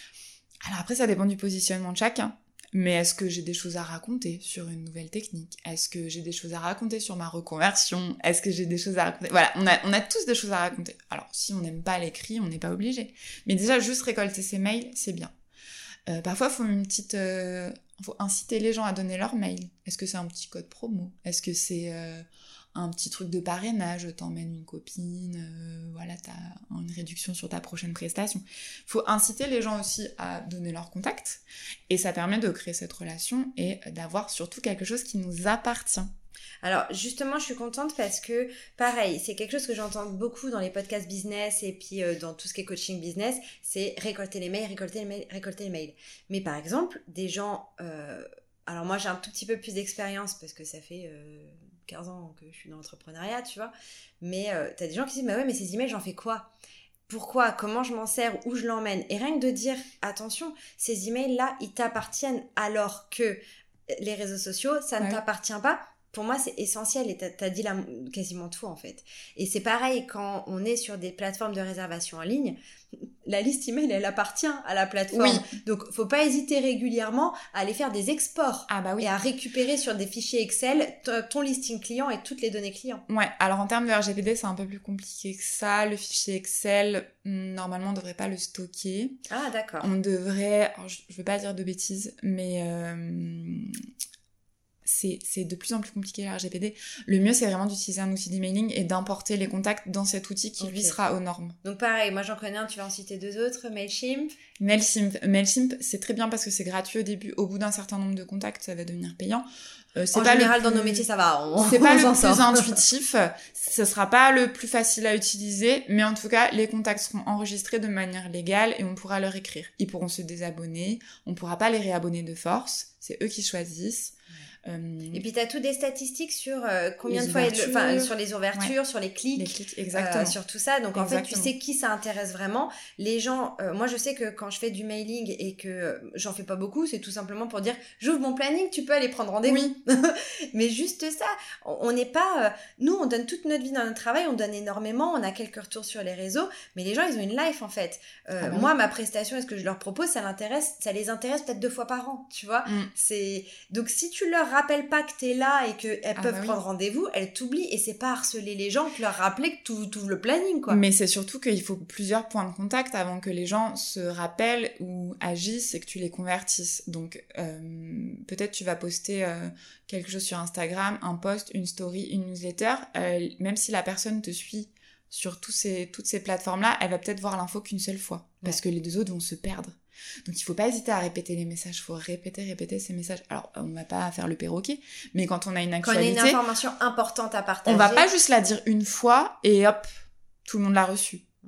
Alors après, ça dépend du positionnement de chacun. Mais est-ce que j'ai des choses à raconter sur une nouvelle technique ? Est-ce que j'ai des choses à raconter sur ma reconversion ? Est-ce que j'ai des choses à raconter ? Voilà, on a, on a tous des choses à raconter. Alors, si on n'aime pas l'écrit, on n'est pas obligé. Mais déjà, juste récolter ses mails, c'est bien. Euh, parfois, il faut une petite... Euh, faut inciter les gens à donner leur mail. Est-ce que c'est un petit code promo ? Est-ce que c'est... Euh, un petit truc de parrainage, t'emmènes une copine, euh, voilà, t'as une réduction sur ta prochaine prestation. Faut inciter les gens aussi à donner leur contact, et ça permet de créer cette relation et d'avoir surtout quelque chose qui nous appartient. Alors justement, je suis contente parce que, pareil, c'est quelque chose que j'entends beaucoup dans les podcasts business et puis euh, dans tout ce qui est coaching business, c'est récolter les mails, récolter les mails, récolter les mails. Mais par exemple, des gens... Euh... Alors moi, j'ai un tout petit peu plus d'expérience parce que ça fait... Euh... quinze ans que je suis dans l'entrepreneuriat, tu vois. Mais euh, t'as des gens qui disent, mais ouais, mais ces emails, j'en fais quoi ? Pourquoi ? Comment je m'en sers ? Où je l'emmène ? Et rien que de dire, attention, ces emails-là, ils t'appartiennent alors que les réseaux sociaux, ça ne ouais. t'appartient pas. Pour moi, c'est essentiel et t'as, t'as dit là, quasiment tout, en fait. Et c'est pareil quand on est sur des plateformes de réservation en ligne, la liste email, elle appartient à la plateforme. Oui. Donc, faut pas hésiter régulièrement à aller faire des exports ah bah oui. et à récupérer sur des fichiers Excel t- ton listing client et toutes les données clients. Ouais, alors en termes de R G P D, c'est un peu plus compliqué que ça. Le fichier Excel, normalement, on devrait pas le stocker. Ah, d'accord. On devrait, alors, je, je veux pas dire de bêtises, mais... Euh... C'est, c'est de plus en plus compliqué la R G P D. Le mieux, c'est vraiment d'utiliser un outil d'emailing et d'importer les contacts dans cet outil qui, okay. lui, sera aux normes. Donc pareil, moi j'en connais un, tu vas en citer deux autres, Mailchimp. Mailchimp, Mailchimp, c'est très bien parce que c'est gratuit au début. Au bout d'un certain nombre de contacts, ça va devenir payant. Euh, c'est en pas général, le plus... dans nos métiers, ça va. On... C'est pas on le plus sort. intuitif, ce sera pas le plus facile à utiliser, mais en tout cas, les contacts seront enregistrés de manière légale et on pourra leur écrire. Ils pourront se désabonner, on pourra pas les réabonner de force, c'est eux qui choisissent. Et puis t'as tout des statistiques sur euh, combien de fois, enfin sur les ouvertures, ouais. sur les clics, les clics exactement. Euh, sur tout ça. Donc exactement. en fait, tu sais qui ça intéresse vraiment. Les gens, euh, moi je sais que quand je fais du mailing et que euh, j'en fais pas beaucoup, c'est tout simplement pour dire j'ouvre mon planning, tu peux aller prendre rendez-vous. Oui. Mais juste ça, on n'est pas, euh, nous on donne toute notre vie dans notre travail, on donne énormément, on a quelques retours sur les réseaux, mais les gens ils ont une life en fait. Euh, ah bah moi oui. ma prestation, est-ce que je leur propose, ça l'intéresse, ça les intéresse peut-être deux fois par an, tu vois. Mm. C'est donc si tu leur rappelles pas que t'es là et qu'elles ah peuvent bah prendre oui. rendez-vous, elles t'oublient et c'est pas harceler les gens que leur rappeler que tu ouvres le planning quoi. Mais c'est surtout qu'il faut plusieurs points de contact avant que les gens se rappellent ou agissent et que tu les convertisses. Donc euh, peut-être tu vas poster euh, quelque chose sur Instagram, un post, une story, une newsletter, euh, même si la personne te suit sur tous ces, toutes ces plateformes-là, elle va peut-être voir l'info qu'une seule fois parce ouais. que les deux autres vont se perdre. Donc il faut pas hésiter à répéter les messages, il faut répéter, répéter ces messages. Alors on va pas faire le perroquet, mais quand on a une actualité... Quand on a une information importante à partager... On va pas juste la dire une fois et hop, tout le monde l'a reçue. Mm.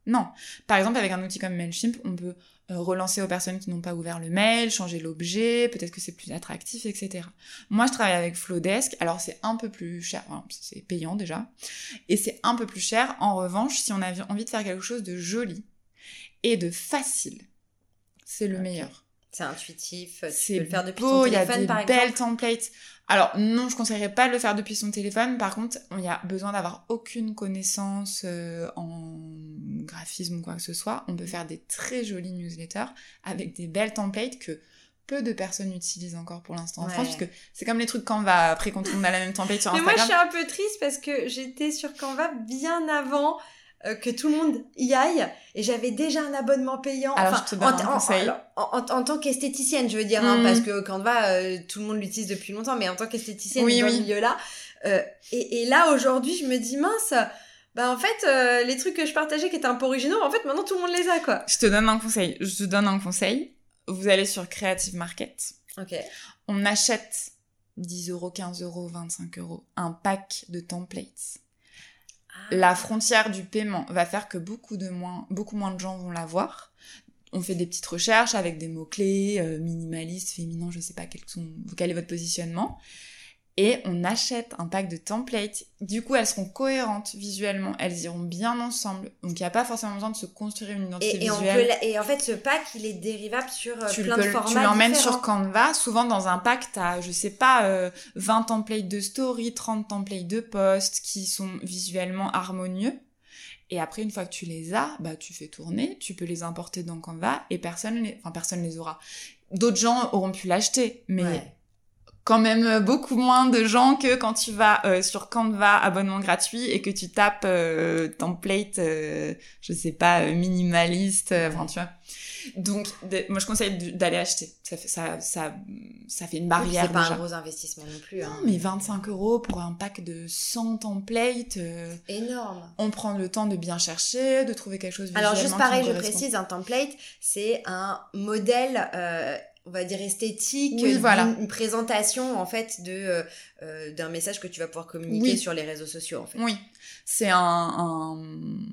Non. Par exemple, avec un outil comme Mailchimp, on peut euh, relancer aux personnes qui n'ont pas ouvert le mail, changer l'objet, peut-être que c'est plus attractif, et cetera. Moi, je travaille avec Flowdesk. Alors, c'est un peu plus cher. Enfin, c'est payant déjà. Et c'est un peu plus cher. En revanche, si on a envie de faire quelque chose de joli et de facile, c'est le okay. meilleur. C'est intuitif, tu c'est peux le faire depuis beau, ton téléphone, par exemple. Il y a des belles templates. Alors non, je conseillerais pas de le faire depuis son téléphone. Par contre, il y a besoin d'avoir aucune connaissance euh, en graphisme ou quoi que ce soit. On peut faire des très jolies newsletters avec des belles templates que peu de personnes utilisent encore pour l'instant en ouais. France, parce que c'est comme les trucs Canva. Après, quand on a la même template sur Instagram... Mais moi, je suis un peu triste parce que j'étais sur Canva bien avant... Euh, que tout le monde y aille, et j'avais déjà un abonnement payant. Alors, enfin, je te donne en, un conseil. En, en, en, en tant qu'esthéticienne, je veux dire, mmh. hein, parce que Canva, euh, tout le monde l'utilise depuis longtemps, mais en tant qu'esthéticienne, oui, dans oui. ce milieu-là. Euh, et, et là, aujourd'hui, je me dis, mince, bah en fait, euh, les trucs que je partageais qui étaient un peu originaux, en fait, maintenant, tout le monde les a, quoi. Je te donne un conseil. Je te donne un conseil. Vous allez sur Creative Market. Ok. On achète dix euros, quinze euros, vingt-cinq euros, un pack de templates. La frontière du paiement va faire que beaucoup, de moins, beaucoup moins de gens vont la voir. On fait des petites recherches avec des mots-clés, euh, minimalistes, féminins, je sais pas quels sont, quel est votre positionnement. Et on achète un pack de templates. Du coup, elles seront cohérentes visuellement. Elles iront bien ensemble. Donc, il n'y a pas forcément besoin de se construire une identité et, et visuelle. On peut, et en fait, ce pack, il est dérivable sur euh, tu plein peux, de formats Tu l'emmènes différents. sur Canva. Souvent, dans un pack, t'as, je sais pas, euh, vingt templates de story, trente templates de posts qui sont visuellement harmonieux. Et après, une fois que tu les as, bah, tu fais tourner, tu peux les importer dans Canva et personne les, enfin, personne les aura. D'autres gens auront pu l'acheter, mais... Ouais. Quand même beaucoup moins de gens que quand tu vas euh, sur Canva abonnement gratuit et que tu tapes euh, template, euh, je sais pas, euh, minimaliste, enfin euh, tu vois. Donc de, moi je conseille d'aller acheter. Ça fait ça ça ça fait une barrière. C'est pas déjà. Un gros investissement non plus. Non, hein. mais vingt-cinq euros pour un pack de cent templates. Euh, Énorme. On prend le temps de bien chercher, de trouver quelque chose visuellement. Alors juste pareil, je correspond. précise, un template, c'est un modèle. Euh, on va dire esthétique, oui, voilà. une, une présentation en fait de euh, d'un message que tu vas pouvoir communiquer oui. sur les réseaux sociaux en fait. Oui, c'est un un,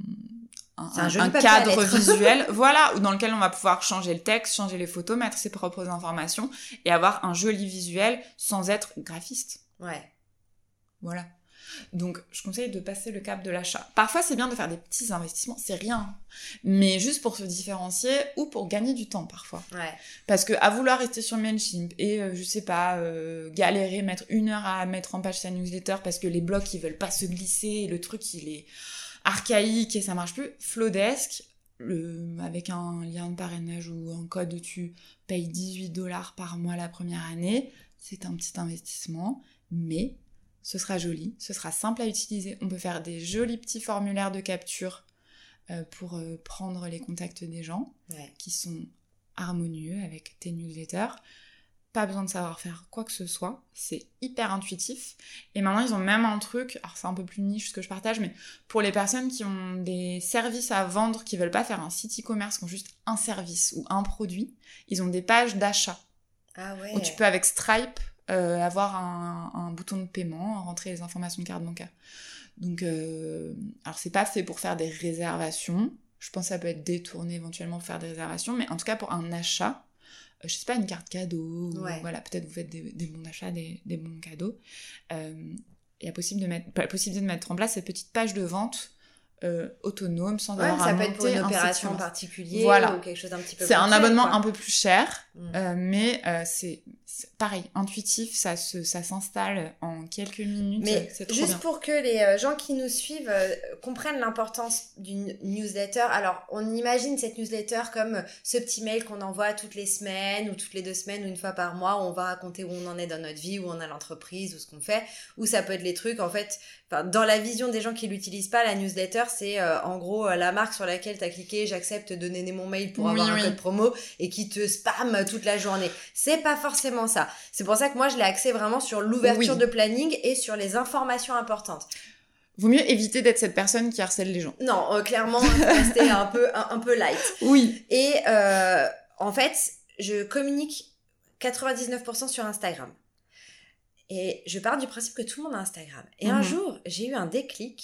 un, c'est un, un, un cadre visuel, voilà, dans lequel on va pouvoir changer le texte, changer les photos, mettre ses propres informations et avoir un joli visuel sans être graphiste. Ouais. Voilà. Donc, je conseille de passer le cap de l'achat. Parfois, c'est bien de faire des petits investissements, c'est rien. Mais juste pour se différencier ou pour gagner du temps, parfois. Ouais. Parce que à vouloir rester sur Mailchimp et, euh, je sais pas, euh, galérer, mettre une heure à mettre en page sa newsletter parce que les blocs, ils veulent pas se glisser, et le truc, il est archaïque et ça marche plus. Flowdesk, le, avec un lien de parrainage ou un code où tu payes dix-huit dollars par mois la première année, c'est un petit investissement, mais... ce sera joli, ce sera simple à utiliser. On peut faire des jolis petits formulaires de capture euh, pour euh, prendre les contacts des gens, ouais. qui sont harmonieux avec tes newsletters. Pas besoin de savoir faire quoi que ce soit, c'est hyper intuitif. Et maintenant, ils ont même un truc, alors c'est un peu plus niche ce que je partage, mais pour les personnes qui ont des services à vendre, qui veulent pas faire un site e-commerce, qui ont juste un service ou un produit, ils ont des pages d'achat. Ah ouais. Où tu peux, avec Stripe, Euh, avoir un, un bouton de paiement, rentrer les informations de carte bancaire. Donc, euh, alors c'est pas fait pour faire des réservations. Je pense que ça peut être détourné éventuellement pour faire des réservations, mais en tout cas pour un achat, euh, je sais pas, une carte cadeau, ouais. ou, voilà, peut-être vous faites des, des bons d'achat, des, des bons cadeaux. Euh, il y a possible de mettre, possibilité de mettre en place cette petite page de vente euh, autonome sans ouais, avoir ça à peut monter être pour une un opération site particulière voilà. ou quelque chose d'un petit peu c'est plus un abonnement quoi. un peu plus cher mmh. euh, mais euh, c'est, c'est pareil, intuitif, ça, se, ça s'installe en quelques minutes, mais c'est trop juste bien. pour que les gens qui nous suivent euh, comprennent l'importance d'une newsletter, alors on imagine cette newsletter comme ce petit mail qu'on envoie toutes les semaines ou toutes les deux semaines ou une fois par mois où on va raconter où on en est dans notre vie, où on a l'entreprise, ou ce qu'on fait, ou ça peut être les trucs en fait, dans la vision des gens qui l'utilisent pas, la newsletter c'est euh, en gros la marque sur laquelle t'as cliqué, j'accepte de donner mon mail pour oui, avoir oui. un code promo et qui te spamme toute la journée. C'est pas forcément ça. C'est pour ça que moi je l'ai axé vraiment sur l'ouverture oui. de planning et sur les informations importantes. Vaut mieux éviter d'être cette personne qui harcèle les gens. Non, euh, clairement, rester un peu, un, un peu light. Oui. Et euh, en fait, je communique quatre-vingt-dix-neuf pour cent sur Instagram. Et je pars du principe que tout le monde a Instagram. Et mmh. un jour, j'ai eu un déclic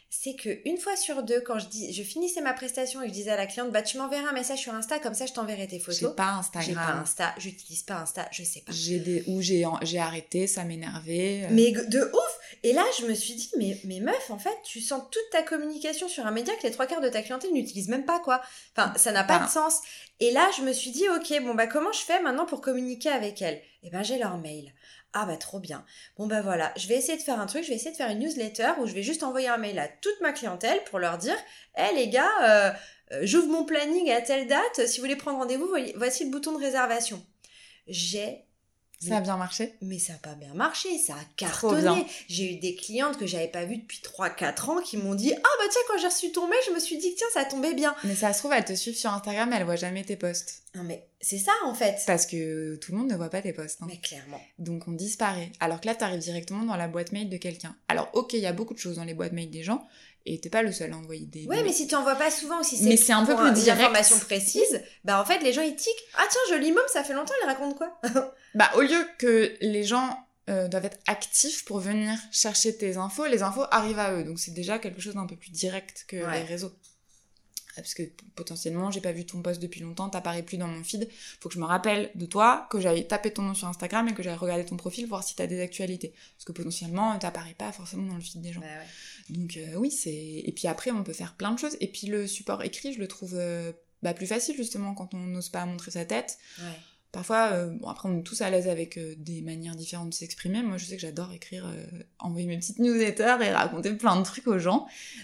c'est que une fois sur deux, quand je, dis, je finissais ma prestation et que je disais à la cliente, bah tu m'enverras un message sur Insta, comme ça je t'enverrai tes photos. J'ai pas Instagram. J'ai pas Insta, j'utilise pas Insta, je sais pas. J'ai des... Ou j'ai, j'ai arrêté, ça m'énervait. Euh... Mais de ouf. Et là, je me suis dit, mais, mais meuf, en fait, tu sens toute ta communication sur un média que les trois quarts de ta clientèle n'utilisent même pas, quoi. Enfin, ça n'a pas ah. de sens. Et là, je me suis dit, ok, bon bah comment je fais maintenant pour communiquer avec elles ? Eh ben, j'ai leur mail. Ah bah trop bien. Bon bah voilà, je vais essayer de faire un truc, je vais essayer de faire une newsletter où je vais juste envoyer un mail à toute ma clientèle pour leur dire « Hé hey, les gars, euh, euh, j'ouvre mon planning à telle date, si vous voulez prendre rendez-vous, voici le bouton de réservation. » J'ai... Ça a bien marché ? Mais ça n'a pas bien marché, ça a cartonné. J'ai eu des clientes que j'avais pas vues depuis trois quatre ans qui m'ont dit « Ah bah tiens, quand j'ai reçu ton mail, je me suis dit que tiens, ça tombait bien. » Mais ça se trouve, elles te suivent sur Instagram, elles voient jamais tes posts. Non mais c'est ça en fait. Parce que tout le monde ne voit pas tes posts. Hein. Mais clairement. Donc on disparaît. Alors que là, t'arrives directement dans la boîte mail de quelqu'un. Alors ok, il y a beaucoup de choses dans les boîtes mail des gens, et t'es pas le seul à envoyer des... Ouais, mais si tu en vois pas souvent, si c'est, mais c'est un peu plus direct. Information précise, bah en fait les gens ils tiquent. Ah tiens, joli môme, ça fait longtemps, il raconte quoi? Bah au lieu que les gens euh, doivent être actifs pour venir chercher tes infos, les infos arrivent à eux. Donc c'est déjà quelque chose d'un peu plus direct que ouais. les réseaux. Parce que potentiellement, j'ai pas vu ton post depuis longtemps, t'apparais plus dans mon feed. Faut que je me rappelle de toi, que j'aille taper ton nom sur Instagram et que j'aille regarder ton profil, voir si t'as des actualités. Parce que potentiellement, t'apparais pas forcément dans le feed des gens. Bah ouais. Donc euh, oui, c'est... Et puis après, on peut faire plein de choses. Et puis le support écrit, je le trouve euh, bah, plus facile, justement, quand on n'ose pas montrer sa tête. Ouais. Parfois, euh, bon après on est tous à l'aise avec euh, des manières différentes de s'exprimer. Moi je sais que j'adore écrire, euh, envoyer mes petites newsletters et raconter plein de trucs aux gens.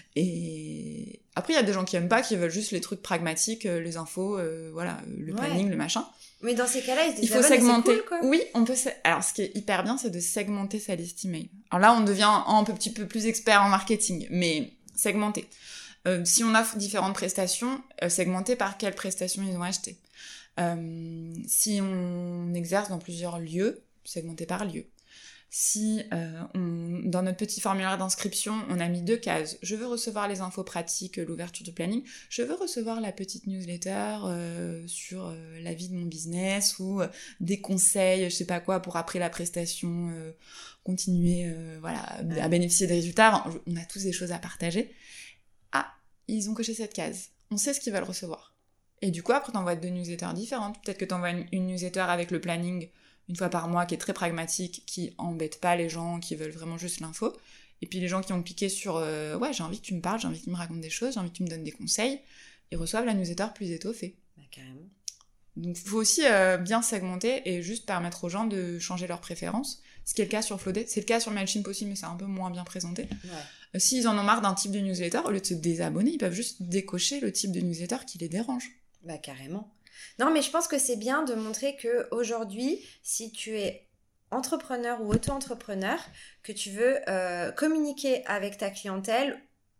Et après il y a des gens qui aiment pas, qui veulent juste les trucs pragmatiques, euh, les infos, euh, voilà, le planning, ouais. le machin. Mais dans ces cas-là, ils se il faut segmenter. C'est cool, quoi. Oui, on peut. Se... Alors ce qui est hyper bien, c'est de segmenter sa liste email. Alors là, on devient un petit peu plus expert en marketing, mais segmenter. Euh, si on a différentes prestations, euh, segmenter par quelles prestations ils ont acheté. Euh, si on exerce dans plusieurs lieux, segmenté par lieu. Si euh, on, dans notre petit formulaire d'inscription, on a mis deux cases. Je veux recevoir les infos pratiques, l'ouverture du planning. Je veux recevoir la petite newsletter euh, sur euh, la vie de mon business ou euh, des conseils, je sais pas quoi, pour après la prestation, euh, continuer euh, voilà, ouais. à bénéficier des résultats. On a tous des choses à partager. Ah, ils ont coché cette case. On sait ce qu'ils veulent recevoir. Et du coup, après, t'envoies deux newsletters différentes. Peut-être que t'envoies une, une newsletter avec le planning une fois par mois, qui est très pragmatique, qui embête pas les gens, qui veulent vraiment juste l'info. Et puis les gens qui ont cliqué sur euh, « Ouais, j'ai envie que tu me parles, j'ai envie que tu me racontes des choses, j'ai envie que tu me donnes des conseils », ils reçoivent la newsletter plus étoffée. Bah, carrément. Donc, il faut aussi euh, bien segmenter et juste permettre aux gens de changer leurs préférences. Ce qui est le cas sur Flooded. C'est le cas sur MailChimp aussi, mais c'est un peu moins bien présenté. Ouais. Euh, s'ils en ont marre d'un type de newsletter, au lieu de se désabonner, ils peuvent juste décocher le type de newsletter qui les dérange. Bah carrément. Non mais je pense que c'est bien de montrer que aujourd'hui, si tu es entrepreneur ou auto-entrepreneur, que tu veux euh, communiquer avec ta clientèle,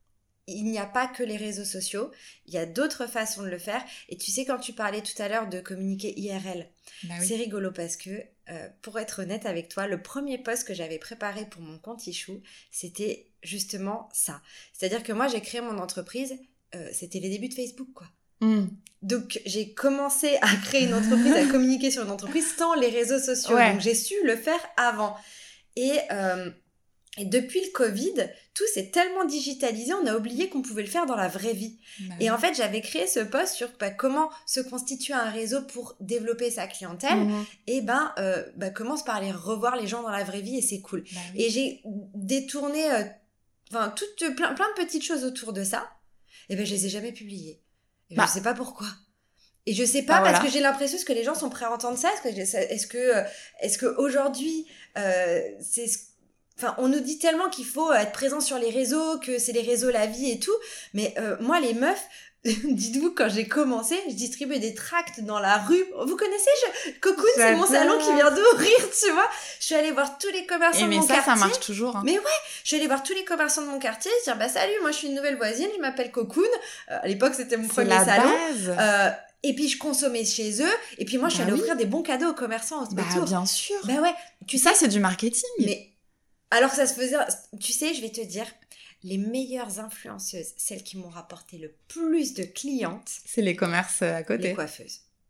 il n'y a pas que les réseaux sociaux, il y a d'autres façons de le faire. Et tu sais, quand tu parlais tout à l'heure de communiquer I R L, bah oui. C'est rigolo parce que, euh, pour être honnête avec toi, le premier post que j'avais préparé pour mon compte Ichou, c'était justement ça. C'est-à-dire que moi, j'ai créé mon entreprise, euh, c'était les débuts de Facebook, quoi. Mm. Donc j'ai commencé à créer une entreprise, à communiquer sur une entreprise sans les réseaux sociaux. Ouais. Donc j'ai su le faire avant. Et, euh, et depuis le Covid, tout s'est tellement digitalisé, on a oublié qu'on pouvait le faire dans la vraie vie. Bah, et en fait, j'avais créé ce post sur bah, comment se constituer un réseau pour développer sa clientèle. Mmh. Et ben, euh, bah, commence par aller revoir les gens dans la vraie vie et c'est cool. Bah, oui. Et j'ai détourné enfin, euh, toutes, plein, plein de petites choses autour de ça. Et ben, je les ai jamais publiées. Et bah. Je sais pas pourquoi. Et je sais pas, bah, parce voilà. que j'ai l'impression que les gens sont prêts à entendre ça. Est-ce que, est-ce que, est-ce que aujourd'hui, euh, c'est, enfin, on nous dit tellement qu'il faut être présent sur les réseaux, que c'est les réseaux la vie et tout. Mais euh, moi, les meufs, dites-vous, quand j'ai commencé, je distribuais des tracts dans la rue. Vous connaissez je... Cocoon, J'adore. C'est mon salon qui vient d'ouvrir, tu vois. Je suis allée voir tous les commerçants et de mon ça, quartier. Mais ça, ça marche toujours. Hein. Mais ouais, je suis allée voir tous les commerçants de mon quartier et dire, bah salut, moi je suis une nouvelle voisine, je m'appelle Cocoon. Euh, à l'époque, c'était mon c'est premier la salon. Base. Euh, et puis je consommais chez eux. Et puis moi, je suis bah allée oui. offrir des bons cadeaux aux commerçants. Bah tout. Bien sûr. Bah ouais. Tu ça, sais, c'est du marketing. Mais alors ça se faisait. Tu sais, je vais te dire. Les meilleures influenceuses, celles qui m'ont rapporté le plus de clientes... C'est les commerces à côté. Les coiffeuses.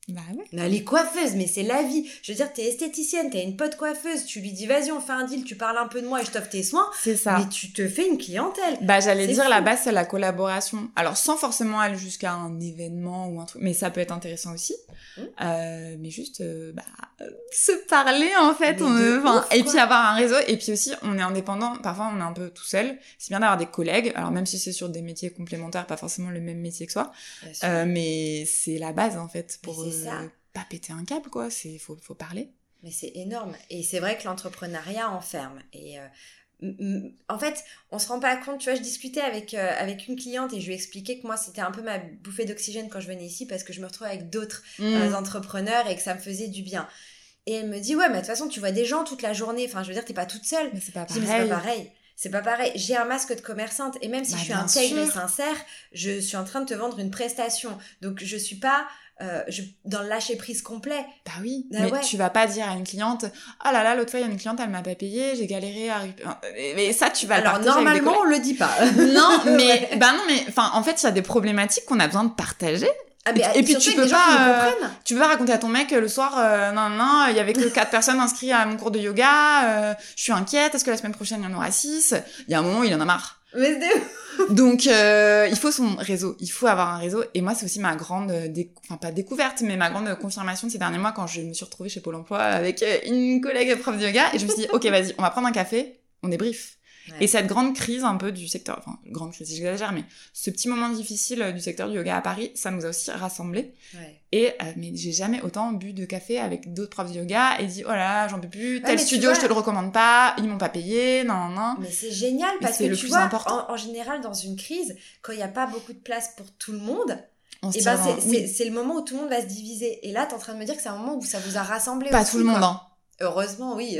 Bah ouais. Non, les coiffeuses, mais c'est la vie. Je veux dire, t'es esthéticienne, t'as une pote coiffeuse, tu lui dis vas-y, on fait un deal, tu parles un peu de moi et je t'offre tes soins. C'est ça. Mais tu te fais une clientèle. Bah j'allais C'est dire fou. la base c'est la collaboration. Alors sans forcément aller jusqu'à un événement ou un truc, mais ça peut être intéressant aussi. Mmh. Euh, mais juste euh, bah euh, se parler en fait, Mais on, de enfin, ouf, et quoi. puis avoir un réseau. Et puis aussi on est indépendant. Parfois on est un peu tout seul. C'est bien d'avoir des collègues. Alors même si c'est sur des métiers complémentaires, pas forcément le même métier que soi. Bien sûr. Euh, mais c'est la base en fait pour Mais c'est euh, ça. pas péter un câble quoi. C'est faut faut parler. Mais c'est énorme. Et c'est vrai que l'entrepreneuriat enferme. Et euh, m- m- en fait, on se rend pas compte. Tu vois, je discutais avec, euh, avec une cliente et je lui expliquais que moi, c'était un peu ma bouffée d'oxygène quand je venais ici parce que je me retrouvais avec d'autres Mmh. euh, entrepreneurs et que ça me faisait du bien. Et elle me dit, ouais, mais de toute façon, tu vois des gens toute la journée. Enfin, je veux dire, t'es pas toute seule. Mais c'est pas Je dis, pareil. mais c'est pas pareil. C'est pas pareil. J'ai un masque de commerçante et même si Bah, je suis bien intègre et sûr. sincère, je suis en train de te vendre une prestation. Donc, je suis pas euh, je, dans le lâcher prise complet. Bah oui, Ah mais ouais. tu vas pas dire à une cliente « Oh là là, l'autre fois, il y a une cliente, elle m'a pas payé, j'ai galéré à... » Mais ça, tu vas le Alors, partager avec des normalement, collègues. on le dit pas. Non, mais... Ouais. Bah non, mais... Enfin, en fait, il y a des problématiques qu'on a besoin de partager. Ah, mais, Et puis, surtout tu avec peux des gens pas, qui nous euh, comprennent. Tu peux pas raconter à ton mec euh, le soir euh, « Non, non, il y avait que quatre personnes inscrites à mon cours de yoga, euh, je suis inquiète, est-ce que la semaine prochaine, il y en aura six ?» Il y a un moment où il en a marre. Mais c'est... Donc, euh, il faut son réseau. Il faut avoir un réseau. Et moi, c'est aussi ma grande, décou- enfin pas découverte, mais ma grande confirmation de ces derniers mois quand je me suis retrouvée chez Pôle Emploi avec euh, une collègue prof de yoga. Et je me suis dit, ok, vas-y, on va prendre un café, on débrief. Ouais. Et cette grande crise un peu du secteur, enfin, grande crise, j'exagère, mais ce petit moment difficile euh, du secteur du yoga à Paris, ça nous a aussi rassemblés. Ouais. Et, euh, mais j'ai jamais autant bu de café avec d'autres profs de yoga et dit, oh là là, j'en peux plus, tel mais tu studio, vois- je te le recommande pas, ils m'ont pas payé, non, non, non. Mais c'est génial Mais parce c'est que le tu plus vois, important. en, en général, dans une crise, quand il n'y a pas beaucoup de place pour tout le monde, On se et ben tire c'est, dans- c'est, oui. c'est le moment où tout le monde va se diviser. Et là, t'es en train de me dire que c'est un moment où ça vous a rassemblés Pas aussi, tout le monde, quoi. hein. Heureusement, oui.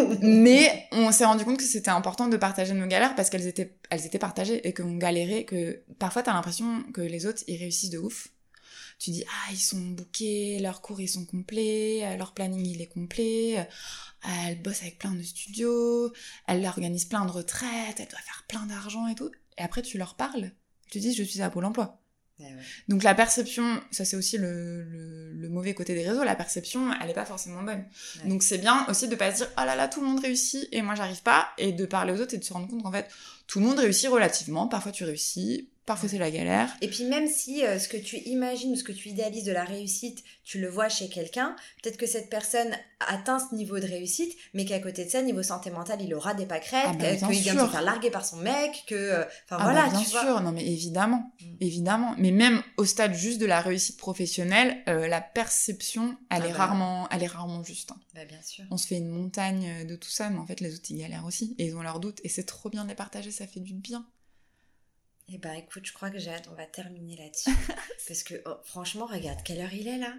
Mais on s'est rendu compte que c'était important de partager nos galères parce qu'elles étaient, elles étaient partagées et qu'on galérait, que parfois t'as l'impression que les autres, ils réussissent de ouf. Tu dis, ah, ils sont bookés, leurs cours, ils sont complets, euh, leur planning, il est complet, euh, elle bosse avec plein de studios, elle organise plein de retraites, elle doit faire plein d'argent et tout. Et après, tu leur parles, tu dis, je suis à Pôle emploi. Ouais, ouais. Donc la perception, ça c'est aussi le, le, le mauvais côté des réseaux, la perception, elle est pas forcément bonne. Ouais. Donc c'est bien aussi de pas se dire « Oh là là, tout le monde réussit et moi j'arrive pas » et de parler aux autres et de se rendre compte qu'en fait, tout le monde réussit relativement, parfois tu réussis, parfois c'est la galère. Et puis même si euh, ce que tu imagines ou ce que tu idéalises de la réussite, tu le vois chez quelqu'un, peut-être que cette personne atteint ce niveau de réussite, mais qu'à côté de ça, niveau santé mentale, il aura des pâquerettes, Ah bah, que- bien qu'il vient de se sûr. faire larguer par son mec, que... euh, Enfin Ah voilà, bah bien tu sûr, vois. non mais évidemment, Mm. évidemment. Mais même au stade juste de la réussite professionnelle, euh, la perception, elle Ah est bah. rarement, elle est rarement juste. hein. Bah bien sûr. On se fait une montagne de tout ça, mais en fait les autres ils galèrent aussi et ils ont leurs doutes et c'est trop bien de les partager, ça fait du bien. Eh ben écoute, je crois que j'ai hâte, on va terminer là-dessus. Parce que oh, franchement, regarde, quelle heure il est là?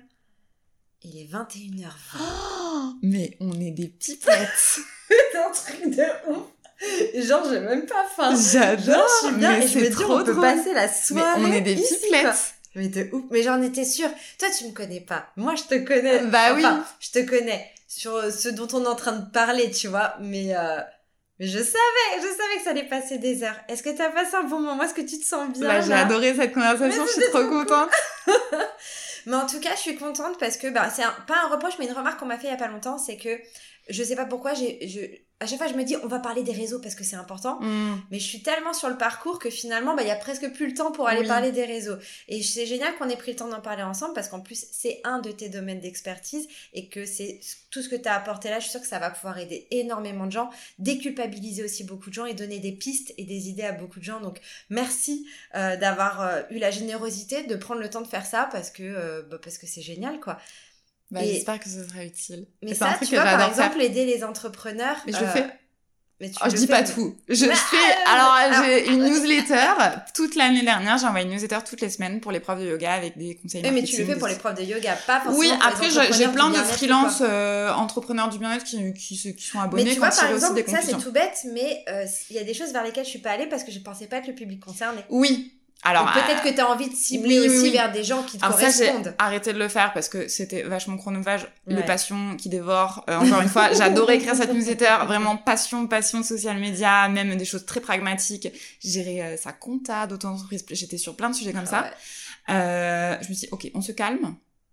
Il est vingt et une heures vingt. Oh, mais on est des pipettes. C'est un truc de ouf. Genre, j'ai même pas faim. J'adore, Genre, je suis bien mais et je me c'est dis, trop on peut drôle. passer la Mais soirée on est des ici, pipelettes. quoi. Mais de ouf. Mais j'en étais sûre. Toi, tu me connais pas. Moi, je te connais. Bah oui. Enfin, je te connais sur ce dont on est en train de parler, tu vois. Mais, euh, mais je savais, je savais que ça allait passer des heures. Est-ce que t'as passé un bon moment? Est-ce que tu te sens bien Là, j'ai là adoré cette conversation, Mais je suis c'était trop trop cool. contente. Mais en tout cas, je suis contente parce que bah, c'est un- pas un reproche, mais une remarque qu'on m'a fait il y a pas longtemps, c'est que je sais pas pourquoi, j'ai, je, à chaque fois, je me dis, on va parler des réseaux parce que c'est important. Mm. Mais je suis tellement sur le parcours que finalement, bah, il y a presque plus le temps pour aller Oui. parler des réseaux. Et c'est génial qu'on ait pris le temps d'en parler ensemble parce qu'en plus, c'est un de tes domaines d'expertise et que c'est tout ce que tu as apporté là. Je suis sûre que ça va pouvoir aider énormément de gens, déculpabiliser aussi beaucoup de gens et donner des pistes et des idées à beaucoup de gens. Donc, merci euh, d'avoir euh, eu la générosité de prendre le temps de faire ça parce que, euh, bah, parce que c'est génial, quoi. Bah, Et- j'espère que ce sera utile. Mais c'est un ça, truc tu que vois, par j'adore exemple, faire. aider les entrepreneurs. Mais je le euh, fais. Mais tu Oh, je le dis fais, pas mais- tout. Je Mais- fais. Alors, j'ai une newsletter. Toute l'année dernière, j'ai envoyé une newsletter toutes les semaines pour les profs de yoga avec des conseils Oui, mais marketing. tu le fais pour les profs de yoga, pas forcément Oui, pour les après, j'ai- entrepreneurs j'ai du plein de bien-être ou freelance quoi. euh, entrepreneurs du bien-être qui, qui, se- qui sont abonnés, Mais tu qui vois, ont par tiré aussi exemple, des ça c'est conclusions. tout bête, mais euh, il y a des choses vers lesquelles je suis pas allée parce que je pensais pas être le public concerné. Oui. Alors, Donc peut-être euh, que tu as envie de cibler oui, oui, aussi oui. vers des gens qui te Alors ça, j'ai correspondent. arrêté de le faire parce que c'était vachement chronophage. Le Ouais. passion qui dévore. Euh, encore une fois, j'adorais écrire cette newsletter. Vraiment passion, passion de social media, même des choses très pragmatiques. Gérer euh, sa compta d'auto-entreprise. J'étais sur plein de sujets comme ça. Ouais. Euh, je me suis dit, ok, on se calme.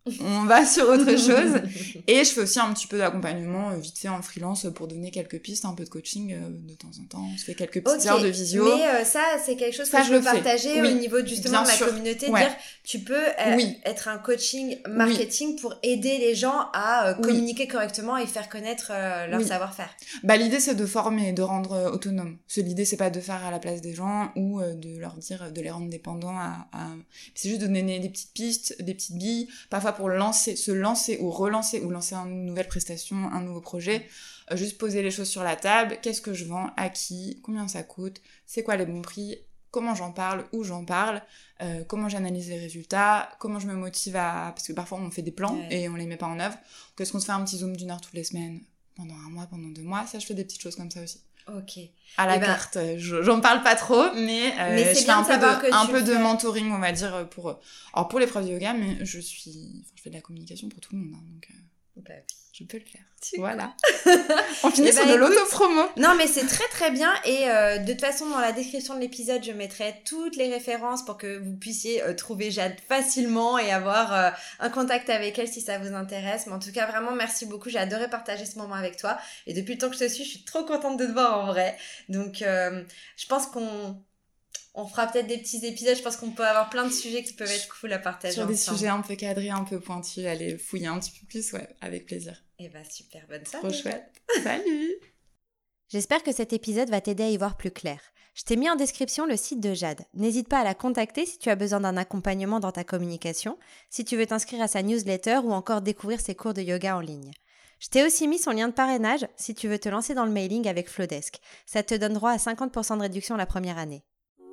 on va sur autre chose. Et je fais aussi un petit peu d'accompagnement euh, vite fait en freelance pour donner quelques pistes, un peu de coaching euh, de temps en temps. On se fait quelques petites okay. heures de visio. Mais euh, ça, c'est quelque chose ça, que je veux veux partager oui. au niveau justement Bien de ma sûr. communauté. Ouais. Dire, tu peux euh, oui. être un coaching marketing oui. pour aider les gens à euh, communiquer oui. correctement et faire connaître euh, leur oui. savoir-faire. Bah, l'idée, c'est de former, de rendre euh, autonome. Parce que l'idée, c'est pas de faire à la place des gens ou euh, de leur dire, de les rendre dépendants à, à... C'est juste de donner des petites pistes, des petites billes, parfois pour lancer, se lancer ou relancer ou lancer une nouvelle prestation, un nouveau projet, euh, juste poser les choses sur la table, qu'est-ce que je vends, à qui, combien ça coûte, c'est quoi les bons prix, comment j'en parle, où j'en parle, euh, comment j'analyse les résultats, comment je me motive à... Parce que parfois on fait des plans ouais. et on les met pas en œuvre, donc est-ce qu'on se fait un petit zoom d'une heure toutes les semaines, pendant un mois, pendant deux mois, ça je fais des petites choses comme ça aussi. Ok. À la et carte, ben... je, j'en parle pas trop, mais, euh, mais je fais un peu, de, un peu fais... de mentoring, on va dire, pour, alors pour les profs de yoga, mais je suis, enfin, je fais de la communication pour tout le monde, hein, donc euh, bah, oui. je peux le faire. Tu... Voilà. On finit sur bah, de l'auto-promo. Non, mais c'est très très bien, et euh, de toute façon, dans la description de l'épisode, je mettrai toutes les références pour que vous puissiez euh, trouver Jade facilement et avoir euh, un contact avec elle si ça vous intéresse. Mais en tout cas, vraiment, merci beaucoup. J'ai adoré partager ce moment avec toi. Et depuis le temps que je te suis, je suis trop contente de te voir en vrai. Donc, euh, je pense qu'on... On fera peut-être des petits épisodes, je pense qu'on peut avoir plein de sujets qui peuvent être cool à partager sur ensemble. Sur des sujets un peu cadrés, un peu pointus, aller fouiller un petit peu plus, ouais, avec plaisir. Et bah super, bonne soirée. Trop chouette. Salut. J'espère que cet épisode va t'aider à y voir plus clair. Je t'ai mis en description le site de Jade. N'hésite pas à la contacter si tu as besoin d'un accompagnement dans ta communication, si tu veux t'inscrire à sa newsletter ou encore découvrir ses cours de yoga en ligne. Je t'ai aussi mis son lien de parrainage si tu veux te lancer dans le mailing avec Flodesk. Ça te donne droit à cinquante pour cent de réduction la première année.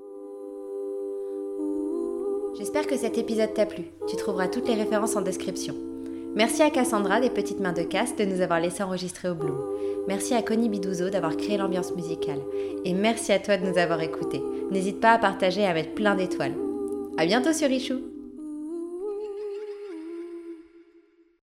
J'espère que cet épisode t'a plu. Tu trouveras toutes les références en description. Merci à Cassandra des Petites Mains de Casse de nous avoir laissé enregistrer au Bloom. Merci à Connie Bidouzo d'avoir créé l'ambiance musicale. Et merci à toi de nous avoir écoutés. N'hésite pas à partager et à mettre plein d'étoiles. À bientôt sur Richou!